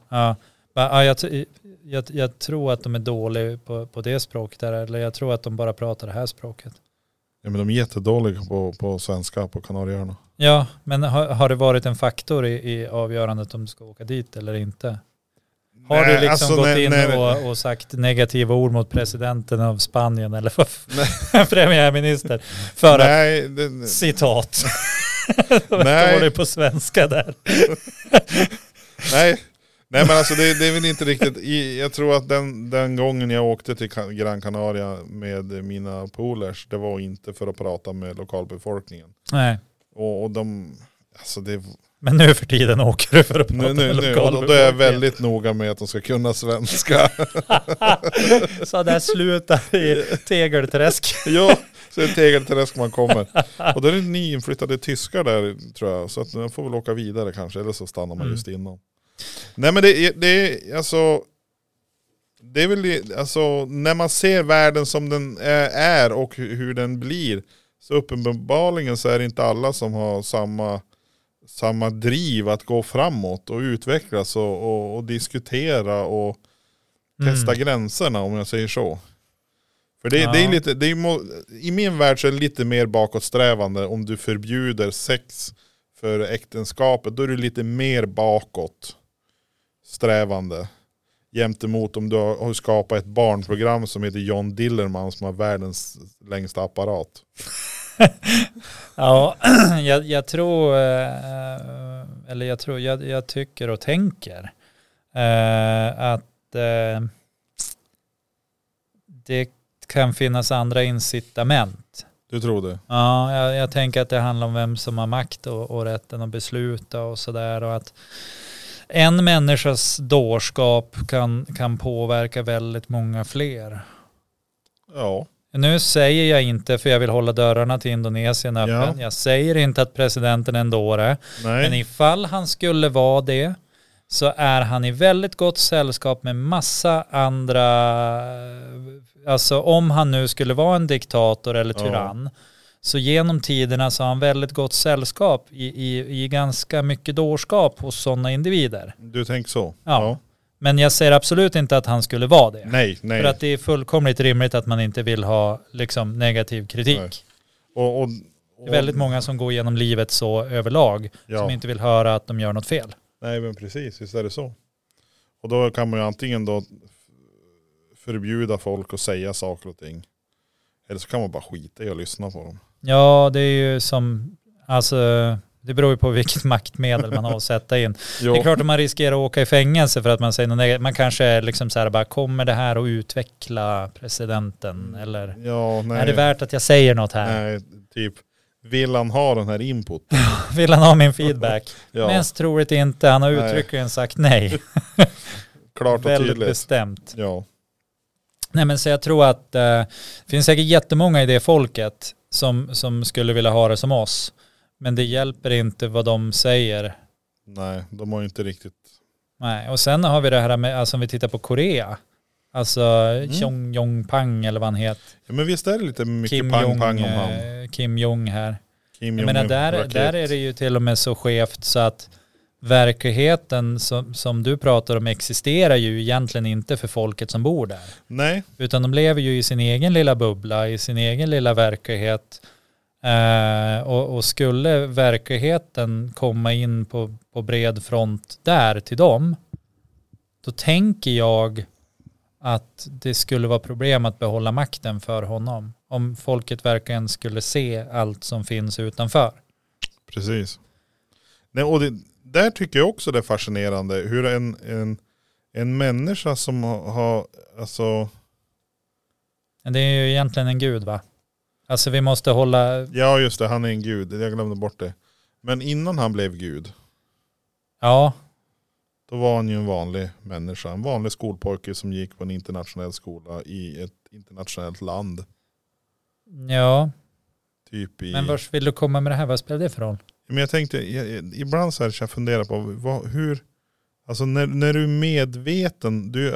Speaker 2: Ja, jag tror att de är dåliga på det språket där, eller jag tror att de bara pratar det här språket.
Speaker 1: Ja, men de är jättedåliga på svenska på Kanarieöarna.
Speaker 2: Ja, men har det varit en faktor i avgörandet om du ska åka dit eller inte? Har du liksom gått in och sagt negativa ord mot presidenten av Spanien eller premiärminister för att citat. Nej. Dålig på svenska där.
Speaker 1: Nej, men alltså det är väl inte riktigt. Jag tror att den gången jag åkte till Gran Canaria med mina polers, det var inte för att prata med lokalbefolkningen.
Speaker 2: Nej.
Speaker 1: Och de, alltså det...
Speaker 2: Men nu för tiden åker du för att prata med lokalbefolkningen.
Speaker 1: Då är jag väldigt noga med att de ska kunna svenska.
Speaker 2: Så där slutar i Tegelträsk.
Speaker 1: Ja, så är det Tegelträsk man kommer. Och då är det nyinflyttade tyskar där tror jag. Så att man får väl åka vidare kanske. Eller så stannar man just inom. Nej men det är alltså... Det är väl alltså när man ser världen som den är och hur den blir. Så uppenbarligen så är det inte alla som har samma driv att gå framåt och utvecklas och diskutera och testa gränserna om jag säger så. För det är lite, i min värld så är det lite mer bakåtsträvande om du förbjuder sex för äktenskapet. Då är du lite mer bakåtsträvande. Jämt emot om du har skapat ett barnprogram som heter John Dillermand som har världens längsta apparat.
Speaker 2: Ja, jag tycker och tänker att det kan finnas andra incitament.
Speaker 1: Du tror det?
Speaker 2: Ja, jag tänker att det handlar om vem som har makt och rätten att besluta och sådär, och att en människas dårskap kan påverka väldigt många fler.
Speaker 1: Ja.
Speaker 2: Nu säger jag inte, för jag vill hålla dörrarna till Indonesien öppen. Ja. Jag säger inte att presidenten är en dåre. Nej. Men ifall han skulle vara det så är han i väldigt gott sällskap med massa andra. Alltså om han nu skulle vara en diktator eller tyrann. Så genom tiderna så har han väldigt gott sällskap i ganska mycket dårskap hos sådana individer.
Speaker 1: Du tänker så?
Speaker 2: Ja. Men jag säger absolut inte att han skulle vara det.
Speaker 1: Nej.
Speaker 2: För att det är fullkomligt rimligt att man inte vill ha liksom negativ kritik.
Speaker 1: Nej. Och
Speaker 2: det är väldigt många som går igenom livet så överlag som inte vill höra att de gör något fel.
Speaker 1: Nej, men precis, visst är det så. Och då kan man ju antingen då förbjuda folk att säga saker och ting. Eller så kan man bara skita i och lyssna på dem.
Speaker 2: Ja, det är ju som, alltså det beror ju på vilket maktmedel man har att sätta in. Det är klart att man riskerar att åka i fängelse för att man säger något negativt. Man kanske liksom så här bara, kommer det här att utveckla presidenten? Eller är det värt att jag säger något här?
Speaker 1: Nej, typ, vill han ha den här input?
Speaker 2: Vill han ha min feedback? Mest troligt inte. Han har uttryckligen sagt nej.
Speaker 1: Klart och
Speaker 2: väldigt
Speaker 1: tydligt.
Speaker 2: Bestämt.
Speaker 1: Ja.
Speaker 2: Nej, men så jag tror att det finns säkert jättemånga i det folket som skulle vilja ha det som oss. Men det hjälper inte vad de säger.
Speaker 1: Nej, de har ju inte riktigt.
Speaker 2: Nej, och sen har vi det här med, alltså om vi tittar på Korea. Alltså Chong Yong-pang eller vad han heter.
Speaker 1: Ja, men visst är det lite mycket pang-pang om han.
Speaker 2: Kim Jong här.
Speaker 1: Kim
Speaker 2: Jag menar, där är det ju till och med så skevt så att verkligheten som du pratar om existerar ju egentligen inte för folket som bor där.
Speaker 1: Nej.
Speaker 2: Utan de lever ju i sin egen lilla bubbla, i sin egen lilla verklighet. Och skulle verkligheten komma in på bred front där till dem, då tänker jag att det skulle vara problem att behålla makten för honom. Om folket verkligen skulle se allt som finns utanför.
Speaker 1: Precis. Nej, och där tycker jag också det är fascinerande hur en människa som har alltså.
Speaker 2: Det är ju egentligen en gud, va? Alltså vi måste hålla.
Speaker 1: Ja, just det, han är en gud. Jag glömde bort det. Men innan han blev gud.
Speaker 2: Ja.
Speaker 1: Då var han ju en vanlig människa. En vanlig skolpojke som gick på en internationell skola i ett internationellt land.
Speaker 2: Ja.
Speaker 1: Typ
Speaker 2: men vars vill du komma med det här? Vad spelar det för roll?
Speaker 1: Men jag tänkte, ibland så här ska jag fundera på hur, alltså när du är medveten, du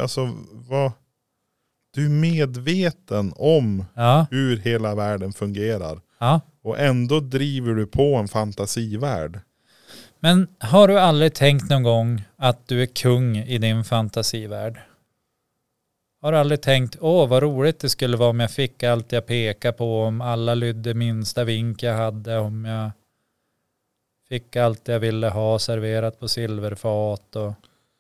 Speaker 1: är medveten om hur hela världen fungerar. Ja. Och ändå driver du på en fantasivärld.
Speaker 2: Men har du aldrig tänkt någon gång att du är kung i din fantasivärld? Har du aldrig tänkt, vad roligt det skulle vara om jag fick allt jag pekar på, om alla lydde minsta vink jag hade, om jag fick allt jag ville ha serverat på silverfat och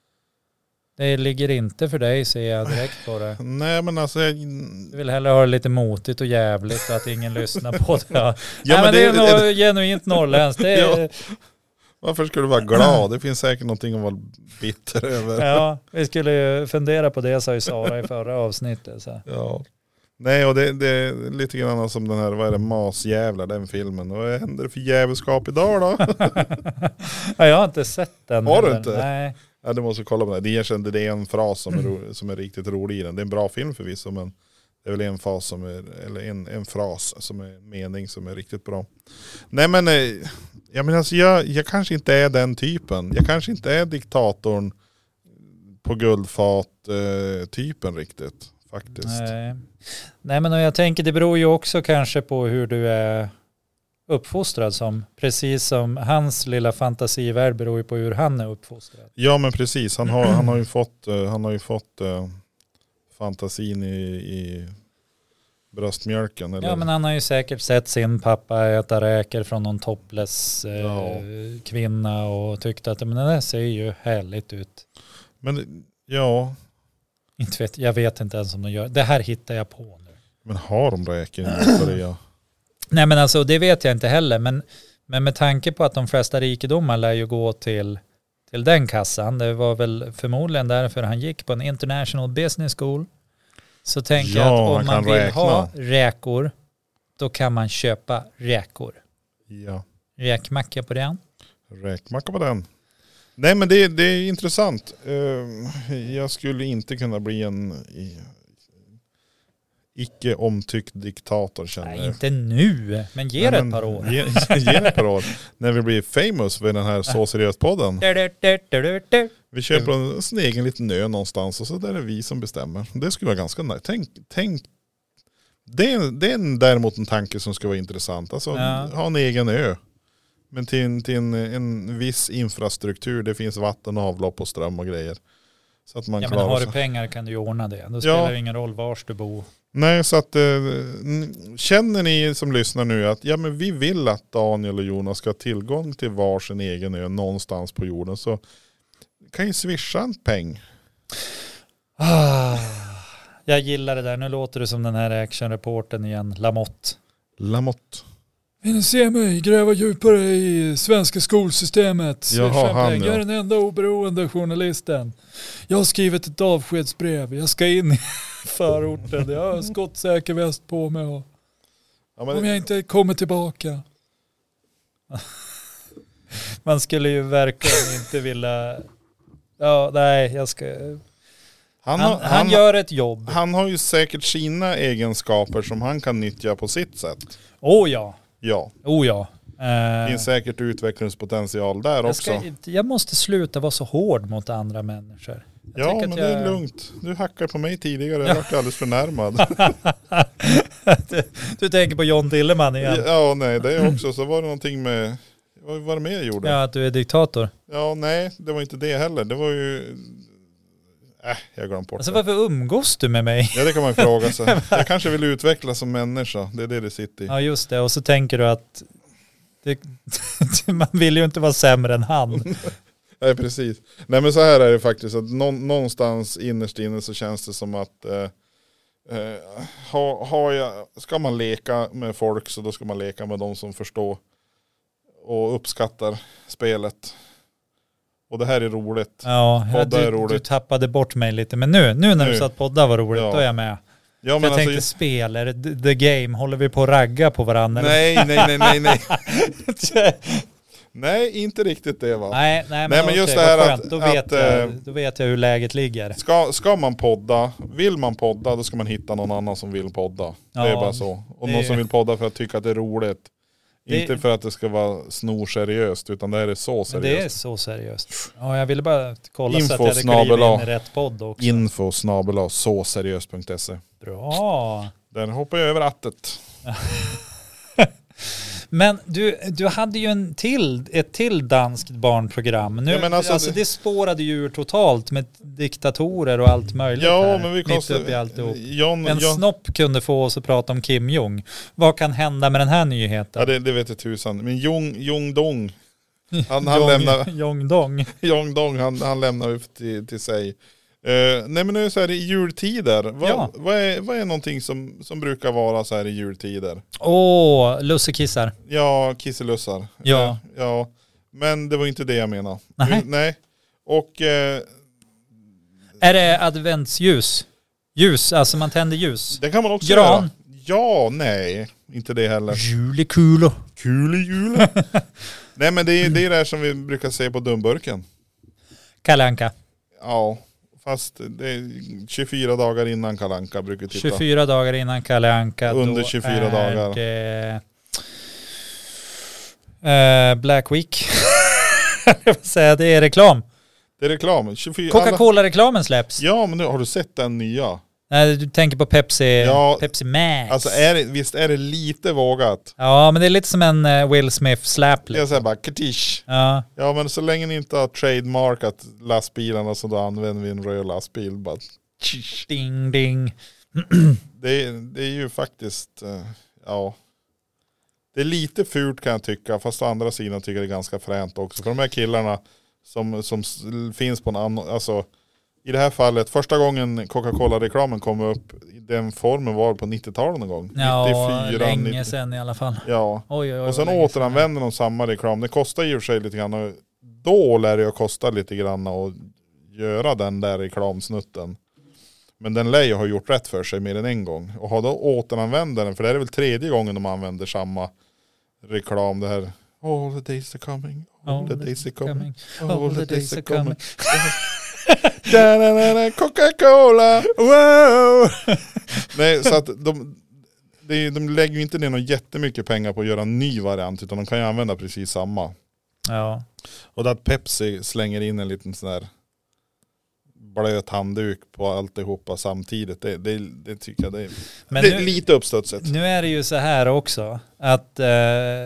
Speaker 2: det ligger inte för dig, ser jag direkt på det.
Speaker 1: Nej, men alltså
Speaker 2: du vill hellre ha det lite motigt och jävligt och att ingen lyssnar på det. Nej, men det är nog genuint norrländskt. Det är.
Speaker 1: Varför skulle du vara glad? Det finns säkert någonting att vara bitter över.
Speaker 2: Ja, vi skulle ju fundera på det, sa ju Sara i förra avsnittet. Så.
Speaker 1: Ja. Nej, och det är lite grann som den här, vad är det, Masjävlar, den filmen. Vad händer det för jävelskap idag då?
Speaker 2: Ja, jag har inte sett den.
Speaker 1: Har du inte?
Speaker 2: Nej.
Speaker 1: Ja, du måste kolla på det. Det är en fras som är riktigt rolig i den. Det är en bra film förvisso, men det är väl en fas som är, eller en fras som är mening som är riktigt bra. Nej, men alltså jag kanske inte är den typen. Jag kanske inte är diktatorn på guldfat typen riktigt faktiskt.
Speaker 2: Nej, men jag tänker det beror ju också kanske på hur du är uppfostrad som. Precis som hans lilla fantasivärld beror ju på hur han är uppfostrad.
Speaker 1: Ja, men precis. Han har ju fått fantasin i bröstmjölken. Eller?
Speaker 2: Ja, men han har ju säkert sett sin pappa äta räkor från någon topless kvinna och tyckte att men det där ser ju härligt ut.
Speaker 1: Men ja.
Speaker 2: Jag vet inte ens om de gör. Det här hittar jag på nu.
Speaker 1: Men har de räkor i Korea?
Speaker 2: Nej, men alltså det vet jag inte heller. Men med tanke på att de flesta rikedomar lär ju gå till den kassan. Det var väl förmodligen därför han gick på en international business school. Så tänker jag att om man vill ha räkor, då kan man köpa räkor.
Speaker 1: Ja.
Speaker 2: Räkmacka på den.
Speaker 1: Räkmacka på den. Nej, men det är intressant. Jag skulle inte kunna bli en icke omtyckt diktator, känner jag.
Speaker 2: Nej, inte nu, men ge det ett par år.
Speaker 1: Ge det ett par år. När vi blir famous för den här Så seriöst-podden. Vi köper en egen liten ö någonstans och så där är vi som bestämmer. Det skulle vara ganska nice. Tänk. Det är däremot en tanke som ska vara intressant. Alltså ha en egen ö. Men till en viss infrastruktur. Det finns vatten, avlopp och ström och grejer. Så att man
Speaker 2: men
Speaker 1: klarar
Speaker 2: har
Speaker 1: sig.
Speaker 2: du pengar kan du ju ordna det. Då spelar det ingen roll vars du bor.
Speaker 1: Nej, så att känner ni som lyssnar nu att men vi vill att Daniel och Jonas ska ha tillgång till varsin egen ö någonstans på jorden, så kan ju swisha en peng.
Speaker 2: Jag gillar det där. Nu låter det som den här actionreporten igen. Lamotte. Vill ni se mig gräva djupare i svenska skolsystemet?
Speaker 1: Jaha,
Speaker 2: Jag är den enda oberoende journalisten. Jag har skrivit ett avskedsbrev. Jag ska in i förorten. Jag har skottsäker väst på mig. Och om jag inte kommer tillbaka. Man skulle ju verkligen inte vilja... Ja, nej, jag ska... Han gör ett jobb.
Speaker 1: Han har ju säkert sina egenskaper som han kan nyttja på sitt sätt.
Speaker 2: Ja.
Speaker 1: Ja. Det finns säkert utvecklingspotential där också.
Speaker 2: Jag måste sluta vara så hård mot andra människor.
Speaker 1: Men det är lugnt. Du hackar på mig tidigare. Jag var alldeles förnärmad.
Speaker 2: du tänker på John Dilleman igen?
Speaker 1: Ja, nej, det är också. Så var det någonting med... Vad var det mer jag gjorde?
Speaker 2: Ja, att du är diktator.
Speaker 1: Ja, nej, det var inte det heller. Det var ju... jag glömde bort
Speaker 2: alltså, varför umgås du med mig?
Speaker 1: Ja, det kan man fråga sig. Jag kanske vill utvecklas som människa. Det är det sitter i.
Speaker 2: Ja, just det. Och så tänker du att man vill ju inte vara sämre än han.
Speaker 1: Nej, precis. Nej, men så här är det faktiskt. Att någonstans innerst inne så känns det som att ska man leka med folk, så då ska man leka med de som förstår och uppskattar spelet. Och det här är roligt.
Speaker 2: Ja, du tappade bort mig lite. Men nu när du sa att podda var roligt, då är jag med.
Speaker 1: Ja, men
Speaker 2: jag tänkte spel, är det the game? Håller vi på att ragga på varandra?
Speaker 1: Nej. Nej, inte riktigt det, va?
Speaker 2: Nej, men just det här att då vet jag hur läget ligger.
Speaker 1: Ska man podda, vill man podda, då ska man hitta någon annan som vill podda. Det är bara så. Och någon som vill podda för att tycka att det är roligt. Inte för att det ska vara snorseriöst, utan det här är så seriöst.
Speaker 2: Det är så seriöst. Ja, jag ville bara kolla så att jag hade klivit in i rätt podd också.
Speaker 1: info@såseriöst.se.
Speaker 2: Bra.
Speaker 1: Den hoppar jag över attet.
Speaker 2: Men du hade ju ett till danskt barnprogram. Nu, alltså det spårade ju ur totalt med diktatorer och allt möjligt.
Speaker 1: Ja, men vi
Speaker 2: mitt upp i alltihop. Snopp kunde få oss att prata om Kim Jong. Vad kan hända med den här nyheten?
Speaker 1: Ja, det vet jag tusan. Men Jong Dong. Jong Dong, han lämnar upp till sig. Nej, men nu är så här i jultider. Vad är någonting som brukar vara så här i jultider?
Speaker 2: Lussekissar.
Speaker 1: Ja, kisselussar.
Speaker 2: Ja.
Speaker 1: Ja. Men det var inte det jag menade.
Speaker 2: Nej.
Speaker 1: Och
Speaker 2: är det adventsljus? Ljus, alltså man tänder ljus.
Speaker 1: Det kan man också
Speaker 2: göra.
Speaker 1: Gran. Ja, nej. Inte det heller.
Speaker 2: Julekulo.
Speaker 1: Kul. Nej, men det är det där som vi brukar se på dumburken.
Speaker 2: Kalle Anka.
Speaker 1: Ja. Fast det är 24 dagar innan Kalle Anka brukar titta.
Speaker 2: 24 dagar innan Kalle Anka.
Speaker 1: Under 24 dagar.
Speaker 2: Black Week. Det är reklam.
Speaker 1: Det är reklam.
Speaker 2: Coca-Cola-reklamen släpps.
Speaker 1: Ja, men nu, har du sett den nya?
Speaker 2: Nej, du tänker på Pepsi Max.
Speaker 1: Alltså visst är det lite vågat.
Speaker 2: Ja, men det är lite som en Will Smith slap.
Speaker 1: Jag säger bara katish.
Speaker 2: Ja,
Speaker 1: men så länge ni inte har trademarkat lastbilarna, så då använder vi en röd lastbil. Bara
Speaker 2: ding ding.
Speaker 1: Det är ju faktiskt, det är lite fult kan jag tycka, fast å andra sidan tycker jag det är ganska fränt också. För de här killarna som finns på en annan, alltså i det här fallet, första gången Coca-Cola-reklamen kom upp i den formen var på 90-talet någon gång.
Speaker 2: Ja, 94, länge sedan i alla fall.
Speaker 1: Ja,
Speaker 2: oj,
Speaker 1: och sen återanvänder de samma reklam. Det kostar ju sig lite grann, och då lär det kosta lite grann att göra den där reklamsnutten. Men den lär ju ha gjort rätt för sig mer än en gång. Och har då återanvänder den, för det är väl 3:e gången de använder samma reklam, det här all the days are coming, all the days are coming, all the days are coming. Coca-Cola. Wow. Nej, så att de lägger ju inte ner någon jättemycket pengar på att göra en ny variant, utan de kan ju använda precis samma.
Speaker 2: Ja.
Speaker 1: Och att Pepsi slänger in en liten sån där blöt handduk på alltihopa samtidigt, det tycker jag det är lite uppstudsigt.
Speaker 2: Nu är det ju så här också att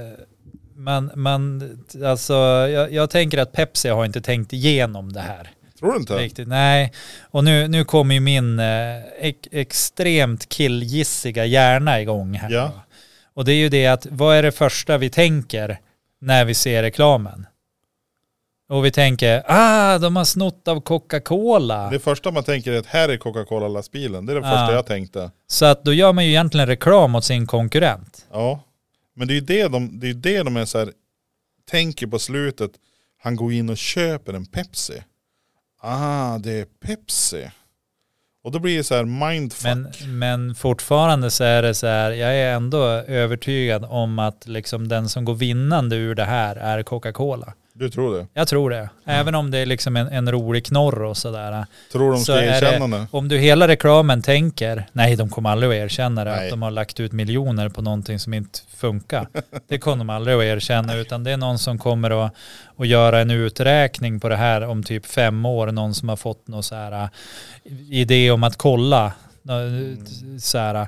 Speaker 2: jag tänker att Pepsi har inte tänkt igenom det här.
Speaker 1: Tror du inte?
Speaker 2: Riktigt, nej. Och nu kommer ju min extremt killgissiga hjärna igång här.
Speaker 1: Ja.
Speaker 2: Och det är ju det att vad är det första vi tänker när vi ser reklamen? Och vi tänker, de har snott av Coca-Cola.
Speaker 1: Det första man tänker är att här är Coca-Cola-lastbilen. Det är det första jag tänkte.
Speaker 2: Så att då gör man ju egentligen reklam åt sin konkurrent.
Speaker 1: Ja, men det är ju det de är så här, tänker på slutet. Han går in och köper en Pepsi. Det är Pepsi. Och då blir det så här mindfuck.
Speaker 2: Men fortfarande så är det så här, jag är ändå övertygad om att liksom den som går vinnande ur det här är Coca-Cola.
Speaker 1: Du tror det?
Speaker 2: Jag tror det. Även om det är liksom en rolig knorr och sådär.
Speaker 1: Tror de ska erkänna det?
Speaker 2: Om du hela reklamen tänker, nej de kommer aldrig att erkänna det, att de har lagt ut miljoner på någonting som inte funkar. Det kommer de aldrig att erkänna, utan det är någon som kommer att göra en uträkning på det här om typ 5 år. Någon som har fått någon så här idé om att kolla. Så här.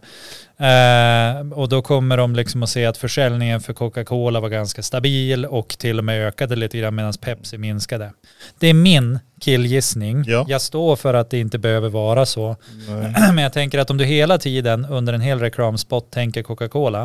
Speaker 2: Och då kommer de liksom att se att försäljningen för Coca-Cola var ganska stabil och till och med ökade lite grann medan Pepsi minskade. Det är min killgissning.
Speaker 1: Ja.
Speaker 2: Jag står för att det inte behöver vara så. Men jag tänker att om du hela tiden under en hel reklamspot tänker Coca-Cola,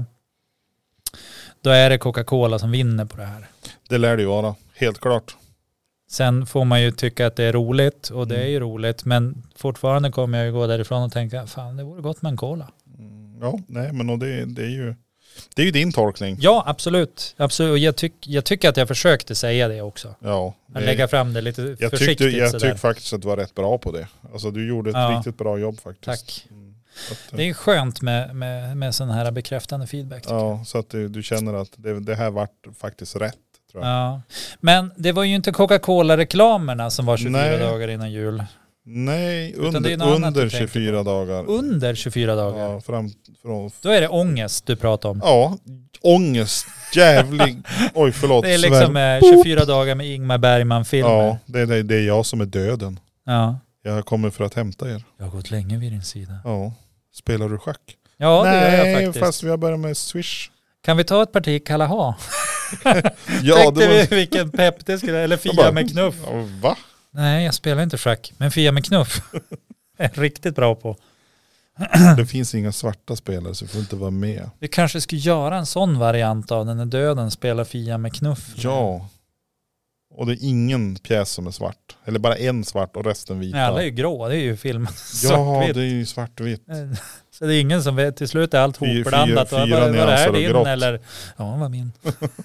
Speaker 2: då är det Coca-Cola som vinner på det här.
Speaker 1: Det lär det ju vara, helt klart.
Speaker 2: Sen får man ju tycka att det är roligt, och det är ju roligt, men fortfarande kommer jag ju gå därifrån och tänka, fan det vore gott med en cola.
Speaker 1: Ja, nej men det är ju din tolkning.
Speaker 2: Ja, absolut. Och jag tycker att jag försökte säga det också.
Speaker 1: Ja.
Speaker 2: Att lägga fram det lite försiktigt.
Speaker 1: Jag tycker faktiskt att du var rätt bra på det. Alltså du gjorde ett riktigt bra jobb faktiskt.
Speaker 2: Tack. Det är skönt med sån här bekräftande feedback.
Speaker 1: Ja, så att du känner att det här vart faktiskt rätt. Tror jag.
Speaker 2: Ja. Men det var ju inte Coca-Cola-reklamerna som var 24
Speaker 1: Nej.
Speaker 2: dagar innan jul.
Speaker 1: Nej,
Speaker 2: det
Speaker 1: under 24 dagar.
Speaker 2: Under 24 dagar?
Speaker 1: Ja, från...
Speaker 2: Då är det ångest du pratar om.
Speaker 1: Ja, ångest. Jävlig... Oj, förlåt.
Speaker 2: Det är liksom 24 dagar med Ingmar Bergman-filmer.
Speaker 1: Ja, det är jag som är döden.
Speaker 2: Ja.
Speaker 1: Jag kommer för att hämta er.
Speaker 2: Jag har gått länge vid din sida.
Speaker 1: Ja. Spelar du schack?
Speaker 2: Ja, det gör jag faktiskt.
Speaker 1: Nej, fast vi har börjat med Swish.
Speaker 2: Kan vi ta ett parti Kalaha?
Speaker 1: Ja,
Speaker 2: tänkte vi vilken pepp det skulle, eller Fia med knuff.
Speaker 1: Ja, va?
Speaker 2: Nej, jag spelar inte schack, men Fia med knuff är riktigt bra på.
Speaker 1: Det finns inga svarta spelare så du får inte vara med.
Speaker 2: Vi kanske skulle göra en sån variant av den när döden spelar Fia med knuff.
Speaker 1: Ja. Och det är ingen pjäs som är svart. Eller bara en svart och resten vita.
Speaker 2: Nej, alla är ju grå, det är ju filmen
Speaker 1: ja,
Speaker 2: svartvitt.
Speaker 1: det är ju svartvitt.
Speaker 2: Så det är ingen som vet, till slut är allt hopblandat. Var det här din
Speaker 1: grått.
Speaker 2: eller? Ja, det var min.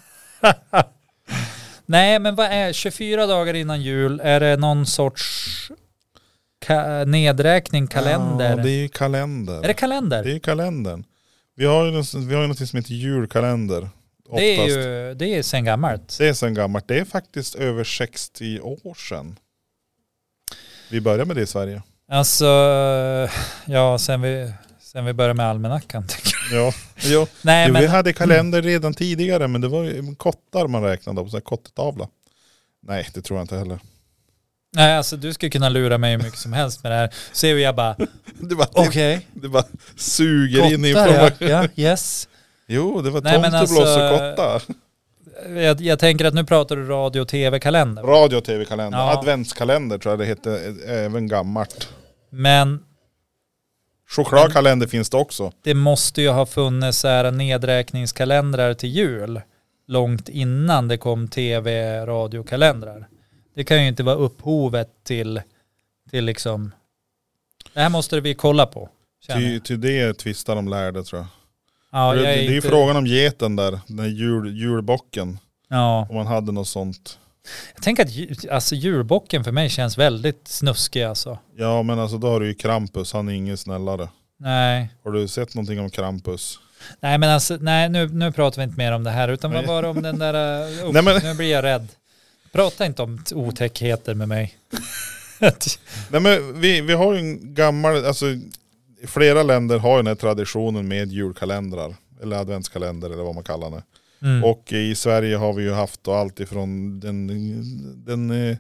Speaker 2: Nej, men vad är 24 dagar innan jul? Är det någon sorts nedräkning, kalender?
Speaker 1: Ja, det är ju kalender.
Speaker 2: Är det kalender?
Speaker 1: Det är kalendern. Vi har ju något som heter julkalender. Oftast.
Speaker 2: Det är sen gammalt.
Speaker 1: Det är sen gammalt. Det är faktiskt över 60 år sedan. Vi började med det i Sverige.
Speaker 2: Alltså, ja, sen vi började med almanackan.
Speaker 1: Ja, jo.
Speaker 2: Nej, men
Speaker 1: vi hade kalender redan tidigare, men det var ju kottar man räknade på, så här kottetavla. Nej, det tror jag inte heller.
Speaker 2: Nej, alltså du skulle kunna lura mig hur mycket som helst med det här. Så är jag bara, okej.
Speaker 1: Det bara suger
Speaker 2: Kottar,
Speaker 1: in information.
Speaker 2: ja, yes.
Speaker 1: Jo, det var
Speaker 2: Nej, men
Speaker 1: tomteblås och
Speaker 2: alltså,
Speaker 1: kotta.
Speaker 2: Jag tänker att nu pratar du radio- och tv-kalender.
Speaker 1: Radio- och tv-kalender.
Speaker 2: Ja.
Speaker 1: Adventskalender tror jag det heter, även gammalt.
Speaker 2: Men
Speaker 1: Chokladkalender finns det också.
Speaker 2: det måste ju ha funnits så här nedräkningskalendrar till jul långt innan det kom tv-radiokalendrar. Det kan ju inte vara upphovet till liksom... Det här måste vi kolla på.
Speaker 1: Till det tvistar de lärde tror jag.
Speaker 2: Ja,
Speaker 1: det är ju frågan om geten där, den julbocken.
Speaker 2: Ja.
Speaker 1: Om man hade något sånt.
Speaker 2: Jag tänker att alltså, julbocken för mig känns väldigt snuskig alltså.
Speaker 1: Ja, men alltså då har du ju Krampus, han är ingen snällare.
Speaker 2: Nej.
Speaker 1: Har du sett någonting om Krampus?
Speaker 2: Nej, men alltså, nej, nu pratar vi inte mer om det här, utan vad var det om den där...
Speaker 1: Nej, men...
Speaker 2: Nu blir jag rädd. Prata inte om otäckheter med mig.
Speaker 1: Nej, men vi har ju en gammal, alltså flera länder har ju den här traditionen med julkalendrar. Eller adventskalender eller vad man kallar det.
Speaker 2: Mm.
Speaker 1: Och i Sverige har vi ju haft då allt ifrån den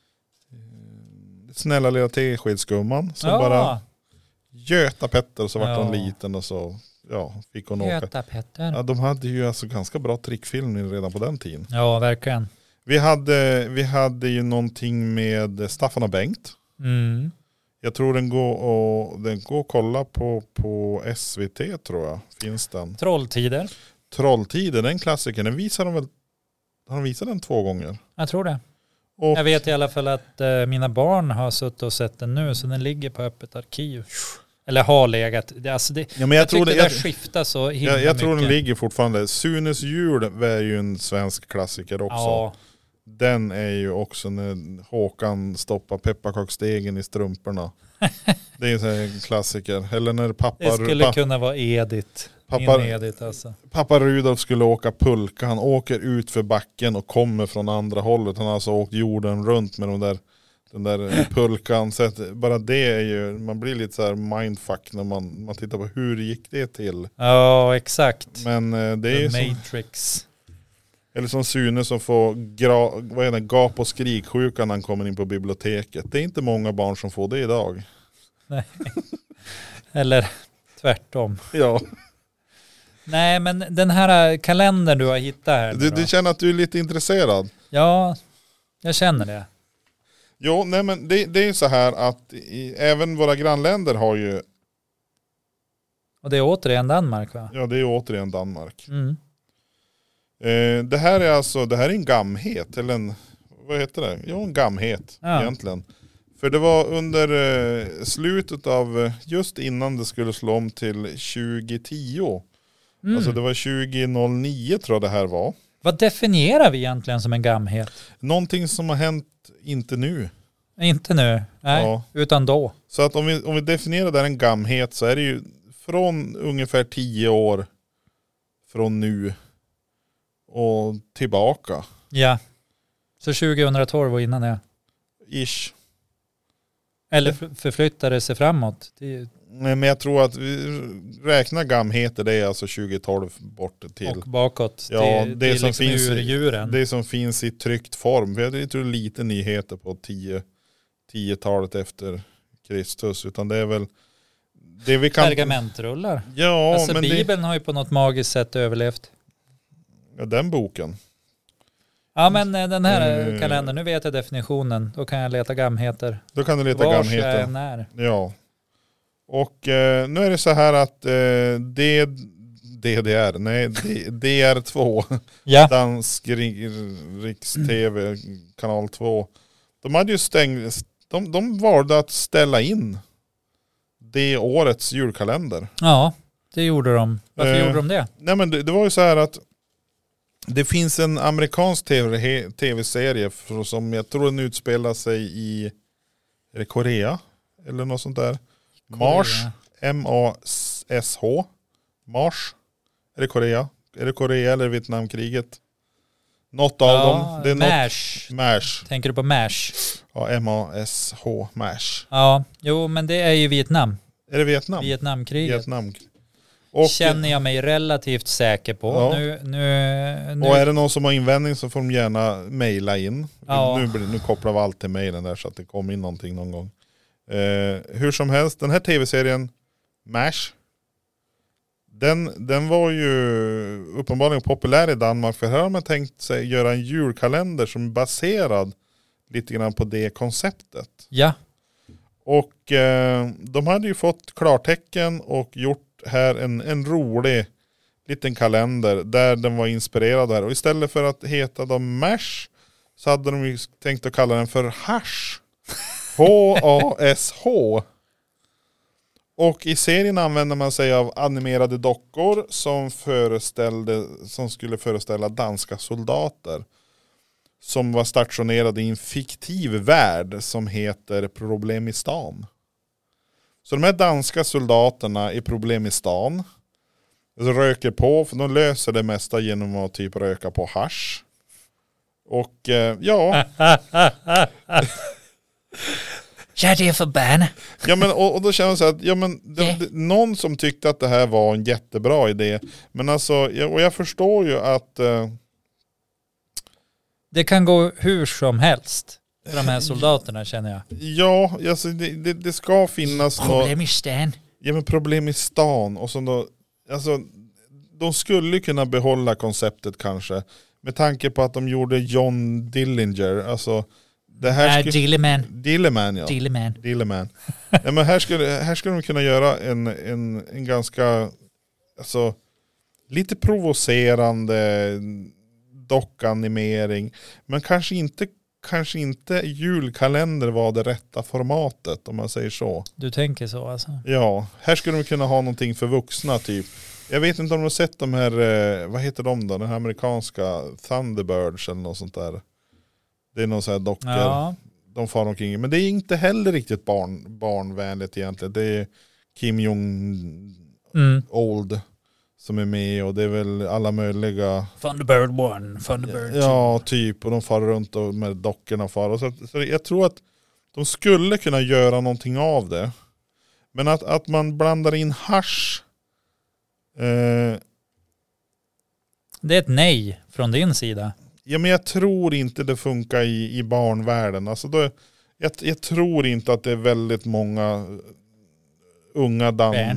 Speaker 1: snälla lilla teskedsgumman som bara Göta Petter och så vart hon liten och så fick hon åka.
Speaker 2: Göta Petter.
Speaker 1: Ja, de hade ju alltså ganska bra trickfilm redan på den tiden.
Speaker 2: Ja, verkligen.
Speaker 1: Vi hade ju någonting med Staffan och Bengt.
Speaker 2: Mm.
Speaker 1: Jag tror den går att kolla på SVT, tror jag. Finns den.
Speaker 2: Trolltider.
Speaker 1: Trolltider, den klassiker. Den visar de väl. Har de visat den 2 gånger?
Speaker 2: Jag tror det.
Speaker 1: Och,
Speaker 2: Jag vet i alla fall att mina barn har suttit och sett den nu, så den ligger på öppet arkiv. Eller har legat.
Speaker 1: ja, men jag tror
Speaker 2: tycker det skiftar så himla mycket.
Speaker 1: Jag tror den ligger fortfarande. Sunes jul är ju en svensk klassiker också.
Speaker 2: Ja.
Speaker 1: Den är ju också när Håkan stoppar pepparkaksdegen i strumporna. Det är en sån här klassiker. Eller när
Speaker 2: Det skulle kunna vara Edith. Edith alltså.
Speaker 1: Pappa Rudolf skulle åka pulka. Han åker ut för backen och kommer från andra hållet. Han har alltså åkt jorden runt med den där pulkan. Så att bara det är ju, man blir lite så här mindfuck när man tittar på hur gick det till.
Speaker 2: Ja, exakt.
Speaker 1: Men det är ju
Speaker 2: Matrix.
Speaker 1: Eller som Sune som får gap- och skriksjukan när han kommer in på biblioteket. Det är inte många barn som får det idag.
Speaker 2: Nej. Eller tvärtom.
Speaker 1: Ja.
Speaker 2: Nej, men den här kalendern du har hittat här.
Speaker 1: Du känner att du är lite intresserad?
Speaker 2: Ja, jag känner det.
Speaker 1: Jo, nej men det är ju så här att även våra grannländer har ju...
Speaker 2: Och det är återigen Danmark, va?
Speaker 1: Ja, det är återigen Danmark.
Speaker 2: Mm.
Speaker 1: Det här är en gamhet, eller en, vad heter det? Ja, en gamhet egentligen. För det var under slutet av, just innan det skulle slå om till 2010. Mm. Alltså det var 2009 tror jag det här var.
Speaker 2: Vad definierar vi egentligen som en gamhet?
Speaker 1: Någonting som har hänt inte nu.
Speaker 2: Inte nu, nej, utan då.
Speaker 1: Så att om vi definierar det här en gamhet så är det ju från ungefär 10 år från nu och tillbaka.
Speaker 2: Ja, så 2012 och innan det.
Speaker 1: Ish.
Speaker 2: Eller förflyttade sig framåt.
Speaker 1: Nej, men jag tror att vi räknar gamheter, det är alltså 2012 bort till.
Speaker 2: Och bakåt.
Speaker 1: Ja, det som
Speaker 2: liksom
Speaker 1: finns
Speaker 2: ur djuren.
Speaker 1: Det som finns i tryckt form. Jag tror lite nyheter på 10-talet efter Kristus. Utan det är väl det vi kan...
Speaker 2: Pergamentrullar.
Speaker 1: Ja,
Speaker 2: alltså
Speaker 1: men
Speaker 2: Bibeln har ju på något magiskt sätt överlevt.
Speaker 1: Ja, den boken.
Speaker 2: Ja, men den här kalendern, nu vet jag definitionen. Då kan jag leta gamheter.
Speaker 1: Då kan du leta gamheter.
Speaker 2: När.
Speaker 1: Ja. Och nu är det så här att DR2,
Speaker 2: ja.
Speaker 1: Dansk Riks-TV, kanal 2. De hade ju de valde att ställa in det årets julkalender.
Speaker 2: Ja, det gjorde de. Varför gjorde de det?
Speaker 1: Nej, men det var ju så här att det finns en amerikansk tv-serie som jag tror den utspelar sig i, är det Korea? Eller något sånt där. Mars, M-A-S-H. Mars. Är det Korea? Är det Korea eller Vietnamkriget? Något av dem. Det är
Speaker 2: MASH.
Speaker 1: MASH.
Speaker 2: Tänker du på MASH?
Speaker 1: Ja, M-A-S-H. MASH.
Speaker 2: Ja, jo men det är ju Vietnam.
Speaker 1: Är det Vietnam?
Speaker 2: Vietnamkriget.
Speaker 1: Och
Speaker 2: känner jag mig relativt säker på.
Speaker 1: Ja.
Speaker 2: Nu.
Speaker 1: Och är det någon som har invändning så får de gärna mejla in.
Speaker 2: Ja.
Speaker 1: Nu kopplar vi allt till mejlen där så att det kommer in någonting någon gång. Hur som helst, den här tv-serien MASH, den var ju uppenbarligen populär i Danmark, för här har man tänkt sig göra en julkalender som är baserad lite grann på det konceptet.
Speaker 2: Ja.
Speaker 1: Och de hade ju fått klartecken och gjort här en rolig liten kalender där den var inspirerad här. Och istället för att heta dem MASH så hade de ju tänkt att kalla den för Hash. H-A-S-H. Och i serien använder man sig av animerade dockor som skulle föreställa danska soldater som var stationerade i en fiktiv värld som heter Problemistan. Så de här danska soldaterna i Problemistan röker på, för de löser det mesta genom att typ röka på hasch. Och ja.
Speaker 2: Ja, det är för barn.
Speaker 1: Ja, men och då känner jag så att någon som tyckte att det här var en jättebra idé. Men alltså, och jag förstår ju att
Speaker 2: det kan gå hur som helst för de här soldaterna, känner jag.
Speaker 1: Ja, alltså det ska finnas
Speaker 2: Problemistan.
Speaker 1: Ja, men Problemistan och så då, alltså de skulle kunna behålla konceptet kanske, med tanke på att de gjorde John Dillinger. Alltså, det här
Speaker 2: Dillerman.
Speaker 1: Dillerman. Ja, men här skulle de kunna göra en ganska, alltså, lite provocerande dockanimering. Men kanske inte julkalender var det rätta formatet, om man säger så.
Speaker 2: Du tänker så alltså?
Speaker 1: Ja, här skulle de kunna ha någonting för vuxna typ. Jag vet inte om du har sett de här, vad heter de då? Den här amerikanska Thunderbirds eller något sånt där. Det är någon sån här dockor.
Speaker 2: Ja.
Speaker 1: De far omkring. Men det är inte heller riktigt barnvänligt egentligen. Det är Kim Jong-Old som är med, och det är väl alla möjliga.
Speaker 2: Thunderbird 1, Thunderbird 2.
Speaker 1: Ja, typ. Och de far runt och med dockorna far. Så jag tror att de skulle kunna göra någonting av det. Men att man blandar in hasch.
Speaker 2: Det är ett nej från din sida.
Speaker 1: Ja, men jag tror inte det funkar i barnvärlden. Alltså jag tror inte att det är väldigt många unga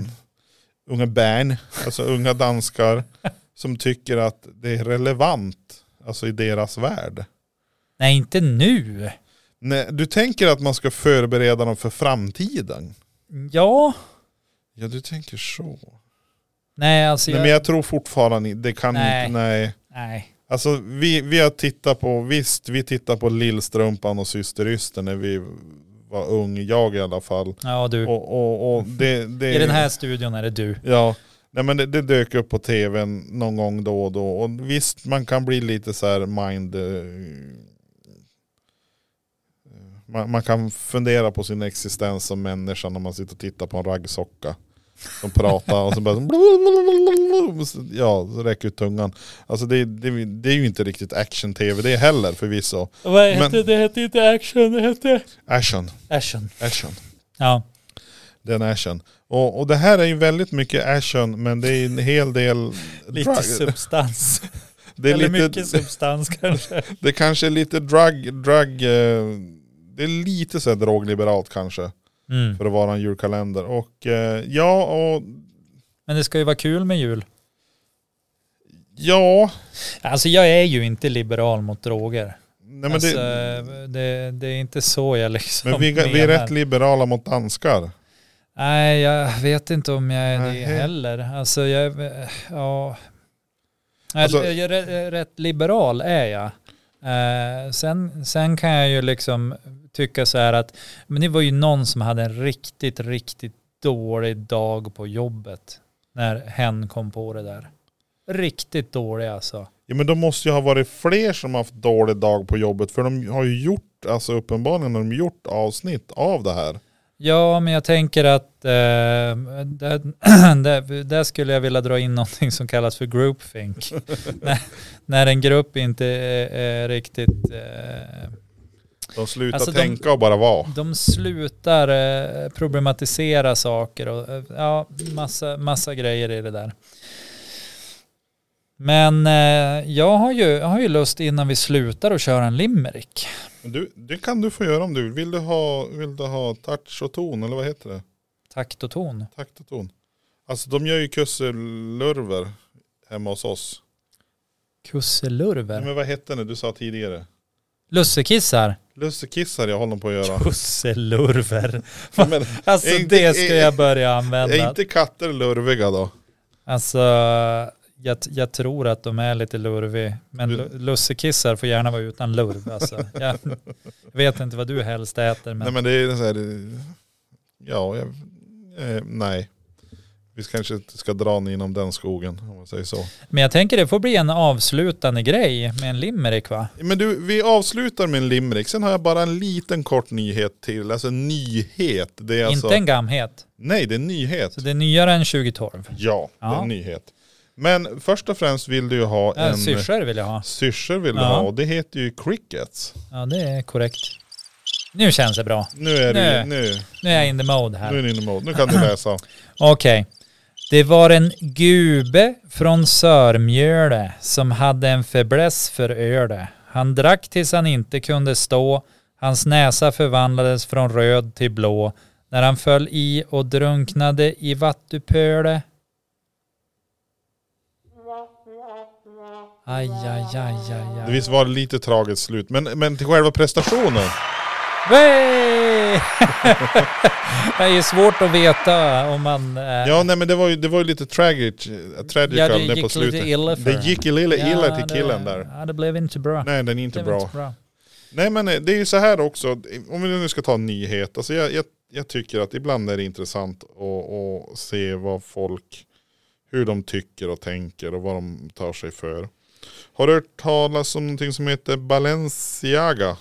Speaker 1: danskar som tycker att det är relevant, alltså i deras värld.
Speaker 2: Nej, inte nu.
Speaker 1: Nej, du tänker att man ska förbereda dem för framtiden?
Speaker 2: Ja.
Speaker 1: Ja, du tänker så.
Speaker 2: Nej, alltså
Speaker 1: men jag tror fortfarande det kan inte, nej. Alltså vi har tittat på, vi tittar på Lillstrumpan och Systeryster när vi var ung, jag i alla fall.
Speaker 2: Ja, du.
Speaker 1: Och det
Speaker 2: i den här studion är det du.
Speaker 1: Ja, nej, men det dök upp på tvn någon gång då och då. Och visst, man kan bli lite så här man kan fundera på sin existens som människa när man sitter och tittar på en raggsocka som pratar och så bara så räcker ut tungan. Alltså det är ju inte riktigt action-tv det heller förvisso.
Speaker 2: Vad hette det? Hette inte action, det hette
Speaker 1: Action.
Speaker 2: Ja.
Speaker 1: Den action. Och det här är ju väldigt mycket action, men det är en hel del
Speaker 2: lite substans.
Speaker 1: Det är
Speaker 2: eller
Speaker 1: lite,
Speaker 2: mycket substans kanske.
Speaker 1: Det kanske är lite drug det är lite så här drogliberalt kanske. För att vara en julkalender. Och
Speaker 2: men det ska ju vara kul med jul.
Speaker 1: Ja.
Speaker 2: Alltså jag är ju inte liberal mot droger.
Speaker 1: Nej, men
Speaker 2: alltså, det är inte så jag liksom.
Speaker 1: Men vi är rätt liberala mot danskar.
Speaker 2: Nej, jag vet inte om jag är det heller. Alltså jag är rätt liberal är jag. Sen kan jag ju liksom tycka så här att men det var ju någon som hade en riktigt, riktigt dålig dag på jobbet när hen kom på det där. Riktigt dålig alltså. Ja,
Speaker 1: men de måste ju ha varit fler som haft dålig dag på jobbet, för de har ju gjort, alltså uppenbarligen har de gjort avsnitt av det här.
Speaker 2: Ja, men jag tänker att där skulle jag vilja dra in någonting som kallas för groupthink. när en grupp inte är riktigt...
Speaker 1: de slutar tänka och bara vara.
Speaker 2: De slutar problematisera saker och massa grejer i det där. Men jag har ju lust innan vi slutar att köra en limerick.
Speaker 1: Det kan du få göra om du vill. Vill du ha touch och ton, eller vad heter det?
Speaker 2: Takt och ton.
Speaker 1: Takt och ton. Alltså de gör ju kusselurver hemma hos oss.
Speaker 2: Kusselurver?
Speaker 1: Ja, men vad heter det du sa tidigare?
Speaker 2: Lussekissar.
Speaker 1: Lussekissar jag håller på att göra.
Speaker 2: Kusselurver. Men, alltså det ska jag börja använda.
Speaker 1: Är inte katter lurviga då?
Speaker 2: Alltså... Jag tror att de är lite lurviga. Men lussekissar får gärna vara utan lurv. Alltså. Jag vet inte vad du helst äter. Men...
Speaker 1: Nej, men det är så här... nej. Vi kanske inte ska dra ni inom den skogen, om man säger så. Men
Speaker 2: jag tänker det får bli en avslutande grej med en limerick, va?
Speaker 1: Men du, vi avslutar med en limerick. Sen har jag bara en liten kort nyhet till. Alltså nyhet. Det är
Speaker 2: inte en gamhet.
Speaker 1: Nej, det är en nyhet.
Speaker 2: Så det är nyare än 2012?
Speaker 1: Ja, det är en nyhet. Men först och främst vill du ju ha en...
Speaker 2: Syrsor vill jag ha.
Speaker 1: Syrsor vill du ha, och det heter ju crickets.
Speaker 2: Ja, det är korrekt. Nu känns det bra.
Speaker 1: Nu är
Speaker 2: jag in the mode här.
Speaker 1: Nu är du in the mode. Nu kan du läsa.
Speaker 2: Okej. Det var en gube från Sörmjöle som hade en fäbless för öle. Han drack tills han inte kunde stå. Hans näsa förvandlades från röd till blå. När han föll i och drunknade i vattupöle. Aj.
Speaker 1: Visst var det lite tragiskt slut. Men till själva prestationen.
Speaker 2: Det är svårt att veta om man...
Speaker 1: Ja, nej, men det var ju lite tragical
Speaker 2: ja,
Speaker 1: där på slutet. Det gick illa till killen där.
Speaker 2: Ja, det blev inte bra.
Speaker 1: Nej, den är inte bra. Nej, men det är ju så här också. Om vi nu ska ta en nyhet. Alltså jag tycker att ibland är det intressant att se vad folk, hur de tycker och tänker och vad de tar sig för. Har du hört talas om någonting som heter Balenciaga?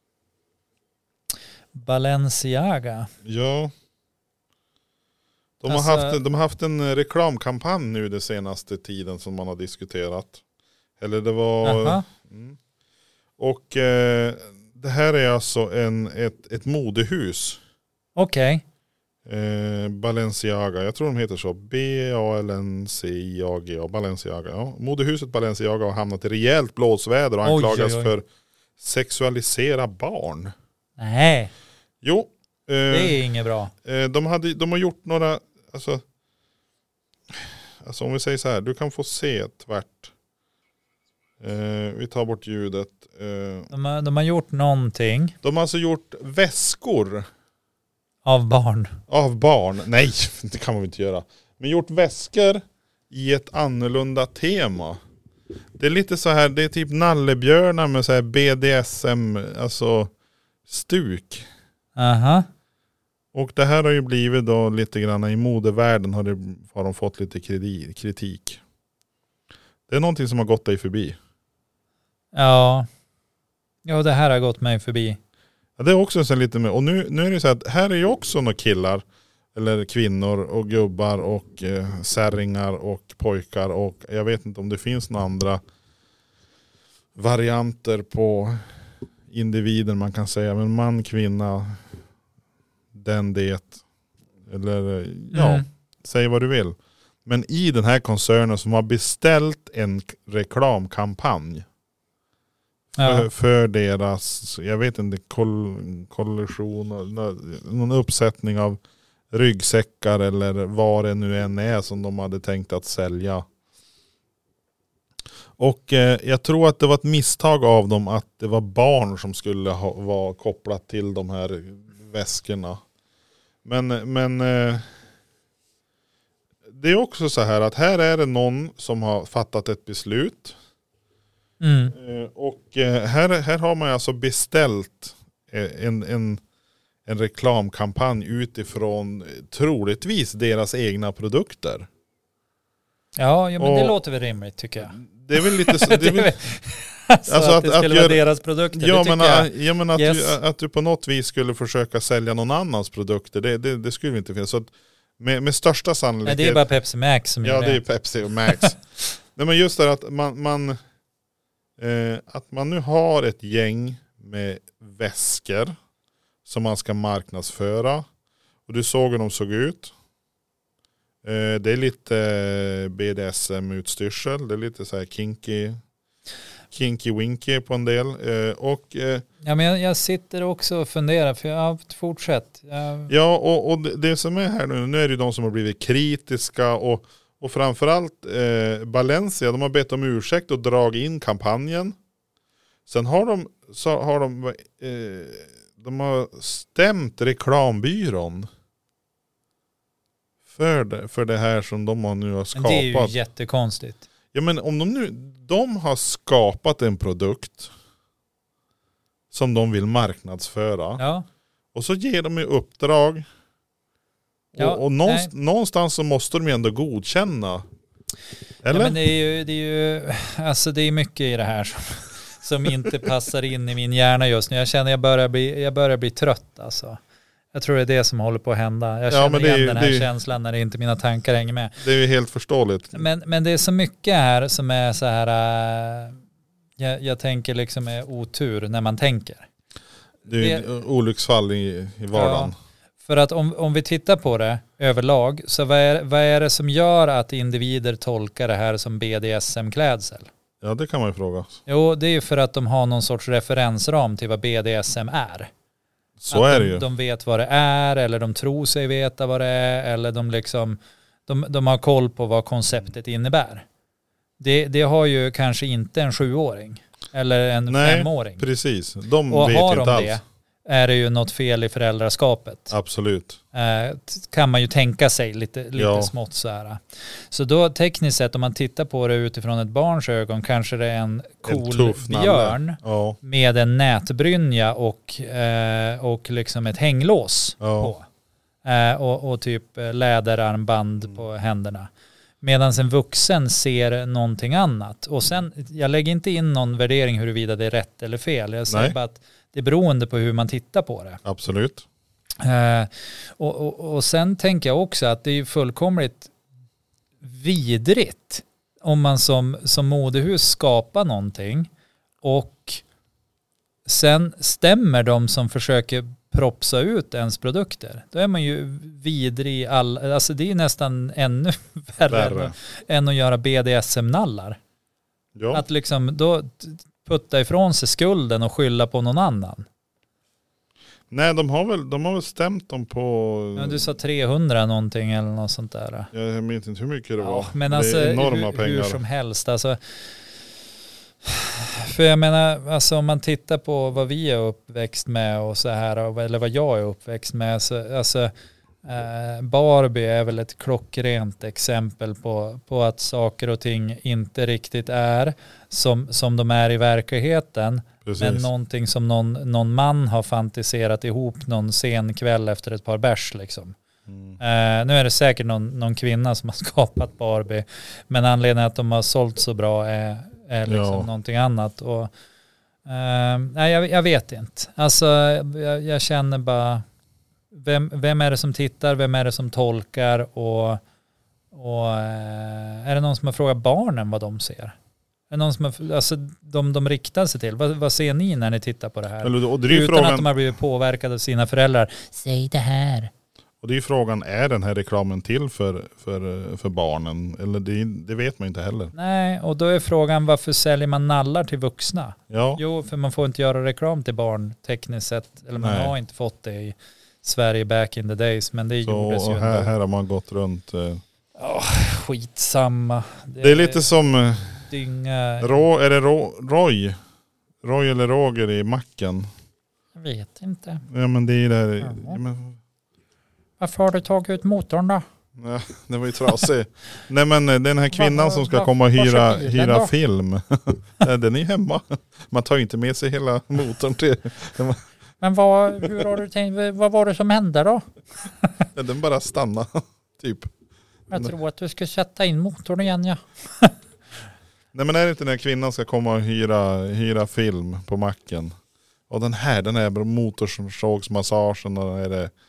Speaker 2: Balenciaga?
Speaker 1: Ja. De har haft en reklamkampanj nu den senaste tiden som man har diskuterat. Eller det var... Och det här är alltså ett modehus.
Speaker 2: Okej.
Speaker 1: Balenciaga, jag tror de heter så. Balenciaga, Balenciaga. Ja. Modehuset Balenciaga har hamnat i rejält blåsväder och anklagas för sexualisera barn.
Speaker 2: Nej.
Speaker 1: Jo.
Speaker 2: Det är inget bra.
Speaker 1: De har gjort några, alltså om vi säger så här, du kan få se tvärt. Vi tar bort ljudet.
Speaker 2: De har gjort någonting.
Speaker 1: De har alltså gjort väskor.
Speaker 2: Av barn?
Speaker 1: Av barn? Nej, det kan man inte göra. Men gjort väskor i ett annorlunda tema. Det är lite så här, det är typ nallebjörnar med så här BDSM, alltså stuk.
Speaker 2: Aha.
Speaker 1: Och det här har ju blivit då lite grann i modevärlden har de fått lite kritik. Det är någonting som har gått dig förbi.
Speaker 2: Ja, det här har gått mig förbi.
Speaker 1: Ja, det är också så lite med. Och nu är det så att här är ju också några killar eller kvinnor och gubbar och särringar och pojkar och jag vet inte om det finns några andra varianter på individen man kan säga, men man, kvinna, den, det eller säg vad du vill. Men i den här koncernen som har beställt en reklamkampanj för deras, jag vet inte, kollektion, någon uppsättning av ryggsäckar eller vad det nu än är som de hade tänkt att sälja. Och jag tror att det var ett misstag av dem att det var barn som skulle vara kopplat till de här väskorna. Men det är också så här att här är det någon som har fattat ett beslut. Och här har man alltså beställt en reklamkampanj utifrån troligtvis deras egna produkter.
Speaker 2: Ja, men det låter väl rimligt tycker jag.
Speaker 1: Det är väl lite så,
Speaker 2: alltså att det skulle vara deras produkter.
Speaker 1: Ja, men att du på något vis skulle försöka sälja någon annans produkter, det skulle inte finnas. Så att med största sannolikhet.
Speaker 2: Nej, det är bara Pepsi Max som gör det.
Speaker 1: Ja, det är Pepsi och Max. Nej, men just det att man nu har ett gäng med väskor som man ska marknadsföra. Och du såg hur de såg ut. Det är lite BDSM-utstyrsel. Det är lite så här kinky winky på en del.
Speaker 2: Ja, men jag sitter också och funderar för jag har fortsatt.
Speaker 1: Ja, och det som är här nu är det de som har blivit kritiska och framförallt Balenciaga, de har bett om ursäkt och dragit in kampanjen. Sen har de har stämt reklambyrån för det här som de nu har skapat.
Speaker 2: Men det är ju jättekonstigt.
Speaker 1: Ja, men om de har skapat en produkt som de vill marknadsföra. Ja. Och så ger de i uppdrag. Ja, och någonstans så måste de ju ändå godkänna. Eller?
Speaker 2: Ja, men det är ju alltså det är mycket i det här som inte passar in i min hjärna just nu. Jag känner jag börjar bli trött alltså. Jag tror det är det som håller på att hända. Jag känner igen den här känslan när det inte mina tankar hänger med.
Speaker 1: Det är ju helt förståeligt.
Speaker 2: Men det är så mycket här som är så här jag tänker liksom är otur när man tänker.
Speaker 1: Det är olycksfall i vardagen.
Speaker 2: Ja, för att om vi tittar på det överlag så vad är det som gör att individer tolkar det här som BDSM-klädsel?
Speaker 1: Ja, det kan man ju fråga.
Speaker 2: Jo, det är ju för att de har någon sorts referensram till vad BDSM är.
Speaker 1: Så
Speaker 2: att
Speaker 1: är det ju.
Speaker 2: De vet vad det är eller de tror sig veta vad det är eller de har koll på vad konceptet innebär. det har ju kanske inte en 7-åring. Eller en 5-åring.
Speaker 1: Precis. De
Speaker 2: och
Speaker 1: vet
Speaker 2: har
Speaker 1: ju
Speaker 2: de
Speaker 1: inte alls.
Speaker 2: det är det ju något fel i föräldraskapet.
Speaker 1: Absolut.
Speaker 2: Kan man ju tänka sig lite smått så här. Så då tekniskt sett om man tittar på det utifrån ett barns ögon kanske det är en cool björn med en nätbrynja och liksom ett hänglås på. Och typ läderarmband på händerna. Medan en vuxen ser någonting annat. Och sen, jag lägger inte in någon värdering huruvida det är rätt eller fel. Jag säger bara att det är beroende på hur man tittar på det.
Speaker 1: Absolut.
Speaker 2: Och sen tänker jag också att det är fullkomligt vidrigt om man som modehus skapar någonting och sen stämmer de som försöker propsa ut ens produkter. Då är man ju vidrig alltså det är nästan ännu värre än att göra BDSM-nallar. Ja. Att liksom då putta ifrån sig skulden och skylla på någon annan.
Speaker 1: Nej, de har väl stämt dem på...
Speaker 2: Ja, du sa 300 någonting eller något sånt där.
Speaker 1: Jag minns inte hur mycket det var.
Speaker 2: Men
Speaker 1: det
Speaker 2: alltså,
Speaker 1: är enorma pengar.
Speaker 2: Hur som helst. Alltså, för jag menar, alltså om man tittar på vad vi är uppväxt med och så här, eller vad jag är uppväxt med, så alltså Barbie är väl ett klockrent exempel på att saker och ting inte riktigt är som de är i verkligheten. Precis. Men någonting som någon man har fantiserat ihop någon sen kväll efter ett par bärs liksom. Nu är det säkert någon kvinna som har skapat Barbie, men anledningen att de har sålt så bra är liksom någonting annat. Och nej, jag vet inte. Alltså jag känner bara vem är det som tittar, vem är det som tolkar och är det någon som har frågat barnen vad de ser? Är det någon som alltså de riktar sig till? Vad ser ni när ni tittar på det här?
Speaker 1: Och det är
Speaker 2: utan att de har blivit påverkade av sina föräldrar. Säg det här.
Speaker 1: Och det är ju frågan, är den här reklamen till för barnen? Eller det vet man inte heller.
Speaker 2: Nej, och då är frågan, varför säljer man nallar till vuxna?
Speaker 1: Ja.
Speaker 2: Jo, för man får inte göra reklam till barn tekniskt sett. Eller man har inte fått det i Sverige back in the days. Men det gjordes ju
Speaker 1: här har man gått runt.
Speaker 2: Skitsamma.
Speaker 1: Det är lite som
Speaker 2: dynga.
Speaker 1: Är det Roy? Roy eller Roger i macken?
Speaker 2: Jag vet inte.
Speaker 1: Ja, men det är där. Ja,
Speaker 2: varför har du tagit ut motorn då?
Speaker 1: Ja, det var ju trasigt. Nej, men den här kvinnan som ska komma och hyra film. Den är hemma. Man tar ju inte med sig hela motorn till.
Speaker 2: Men hur har du tänkt? Vad var det som hände då?
Speaker 1: Ja, den bara stannar. Typ.
Speaker 2: Jag tror att du ska sätta in motorn igen, ja.
Speaker 1: Nej, men är det inte när kvinnan ska komma och hyra film på macken? Och den här motorsågsmassagen och är det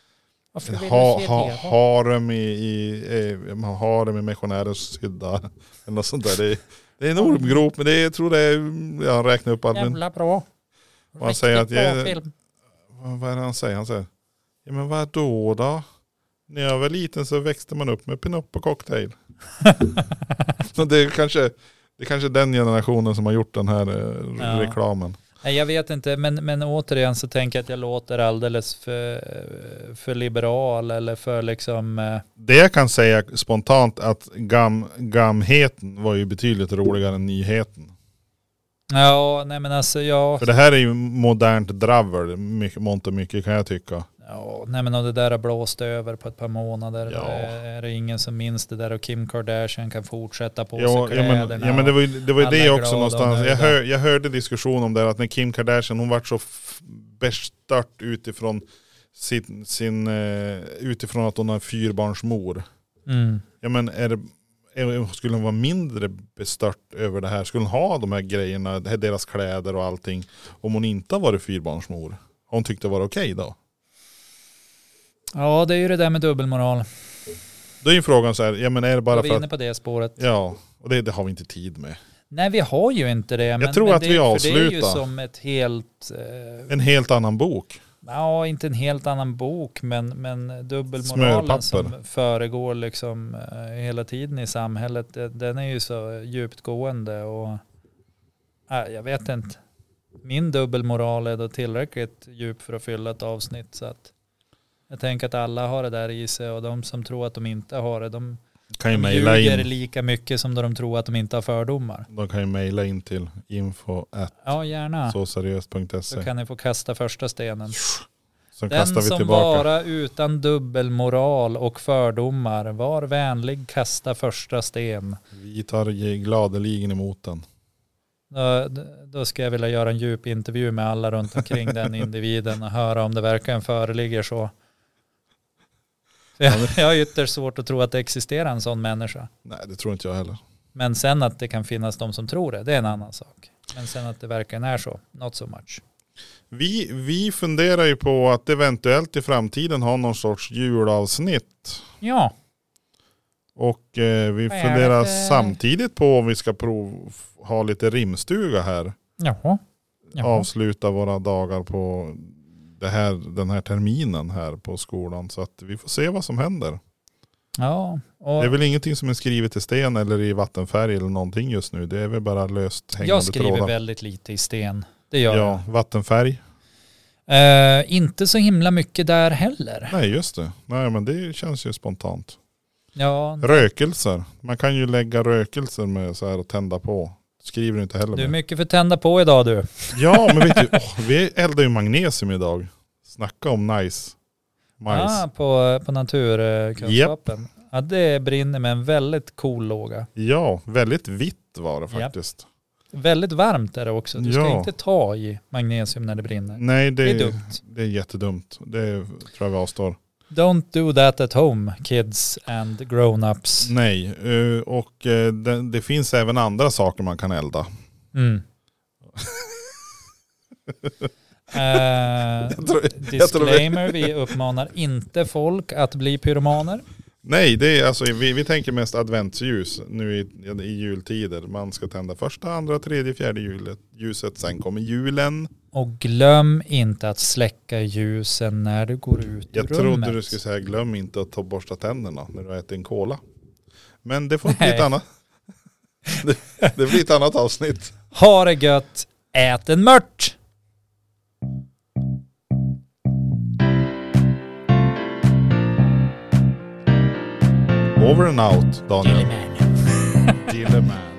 Speaker 1: harem i missionärers hydda eller något sånt där. Det är en ormgrop, men jag tror det är, jag räknar upp allt.
Speaker 2: Jävla bra.
Speaker 1: Och han säger att vad är det han säger? Han säger, ja men vad då? När jag var liten så växte man upp med pinup och cocktail. Så det är kanske den generationen som har gjort den här reklamen.
Speaker 2: Nej, jag vet inte, men återigen så tänker jag att jag låter alldeles för liberal eller för liksom...
Speaker 1: Det jag kan säga spontant att gamheten var ju betydligt roligare än nyheten.
Speaker 2: Ja, nej men alltså
Speaker 1: För det här är ju modernt dravel, mycket kan jag tycka.
Speaker 2: Ja, nej men det där har blåst över på ett par månader. Ja. Är det ingen som minns det där och Kim Kardashian kan fortsätta på sig kläderna.
Speaker 1: Ja, men det var ju det också någonstans. Jag hörde diskussion om det att när Kim Kardashian, hon var så bestört utifrån utifrån att hon är 4-barnsmor. Ja, men skulle hon vara mindre bestört över det här? Skulle hon ha de här grejerna, deras kläder och allting, om hon inte har varit 4-barnsmor? Hon tyckte det var okej då?
Speaker 2: Ja, det är ju det där med dubbelmoral.
Speaker 1: Då är ju frågan så här, ja men är det bara
Speaker 2: vi
Speaker 1: för
Speaker 2: inne på det spåret.
Speaker 1: Ja, och det har vi inte tid med.
Speaker 2: Nej, vi har ju inte det.
Speaker 1: Jag tror att vi avslutar.
Speaker 2: Det är ju som ett helt...
Speaker 1: en helt annan bok.
Speaker 2: Ja, inte en helt annan bok, men dubbelmoralen som föregår liksom hela tiden i samhället, den är ju så djupt gående och jag vet inte. Min dubbelmoral är då tillräckligt djup för att fylla ett avsnitt, så att jag tänker att alla har det där i sig och de som tror att de inte har det,
Speaker 1: Kan ju
Speaker 2: De
Speaker 1: mejla
Speaker 2: ljuger
Speaker 1: in.
Speaker 2: lika mycket som då de tror att de inte har fördomar.
Speaker 1: De kan ju mejla in till
Speaker 2: Ja, gärna.
Speaker 1: info@såseriöst.se.
Speaker 2: Så kan ni få kasta första stenen.
Speaker 1: Sen
Speaker 2: Den
Speaker 1: kastar vi
Speaker 2: som
Speaker 1: tillbaka.
Speaker 2: vara utan dubbelmoral och fördomar, var vänlig, kasta första sten.
Speaker 1: Vi tar gladeligen emot den.
Speaker 2: Då ska jag vilja göra en djup intervju med alla runt omkring den individen och höra om det verkligen föreligger så. Jag har ytterst svårt att tro att det existerar en sån människa.
Speaker 1: Nej, det tror inte jag heller.
Speaker 2: Men sen att det kan finnas de som tror det är en annan sak. Men sen att det verkligen är så, not so much.
Speaker 1: Vi funderar ju på att eventuellt i framtiden ha någon sorts julavsnitt.
Speaker 2: Ja.
Speaker 1: Och vi
Speaker 2: Vad är
Speaker 1: funderar
Speaker 2: det för-
Speaker 1: samtidigt på om vi ska ha lite rimstuga här.
Speaker 2: Jaha.
Speaker 1: Avsluta våra dagar på den här terminen här på skolan. Så att vi får se vad som händer.
Speaker 2: Ja.
Speaker 1: Det
Speaker 2: Och
Speaker 1: är väl ingenting som är skrivet i sten eller i vattenfärg eller någonting just nu. Det är väl bara löst hängande
Speaker 2: jag skriver
Speaker 1: trådar.
Speaker 2: väldigt lite i sten. Det gör
Speaker 1: Ja, vattenfärg.
Speaker 2: jag. Inte så himla mycket där heller.
Speaker 1: Nej, just det. Nej, men det känns ju spontant.
Speaker 2: Ja,
Speaker 1: Rökelser. Man kan ju lägga rökelser med så här och tända på. Skriver du inte heller
Speaker 2: du är
Speaker 1: med.
Speaker 2: mycket för tända på idag du.
Speaker 1: Ja, men vet du, vi eldar ju magnesium idag. Snacka om nice. Majs.
Speaker 2: Ja, på naturkunskapen. Ja, det brinner med en väldigt cool låga.
Speaker 1: Ja, väldigt vitt var det faktiskt.
Speaker 2: Väldigt varmt är det också. Du ska
Speaker 1: Ja.
Speaker 2: inte ta i magnesium när det brinner.
Speaker 1: Nej,
Speaker 2: Det är dumt.
Speaker 1: Det är jättedumt. Det tror jag vi avstår.
Speaker 2: Don't do that at home, kids and grown-ups.
Speaker 1: Nej, och det finns även andra saker man kan elda.
Speaker 2: Mm. Disclaimer, vi uppmanar inte folk att bli pyromaner.
Speaker 1: Nej, det är alltså, vi tänker mest adventsljus nu i jultider. Man ska tända första, andra, tredje, fjärde ljuset. Sen kommer julen.
Speaker 2: Och glöm inte att släcka ljusen när du går ut ur
Speaker 1: Jag
Speaker 2: rummet.
Speaker 1: trodde du skulle säga glöm inte att ta borsta tänderna när du äter en cola. Men det får bli ett annat. Det blir ett annat avsnitt.
Speaker 2: Ha det gött, ät en mört!
Speaker 1: Over and out, Daniel.
Speaker 2: Gilliman.
Speaker 1: Gilliman.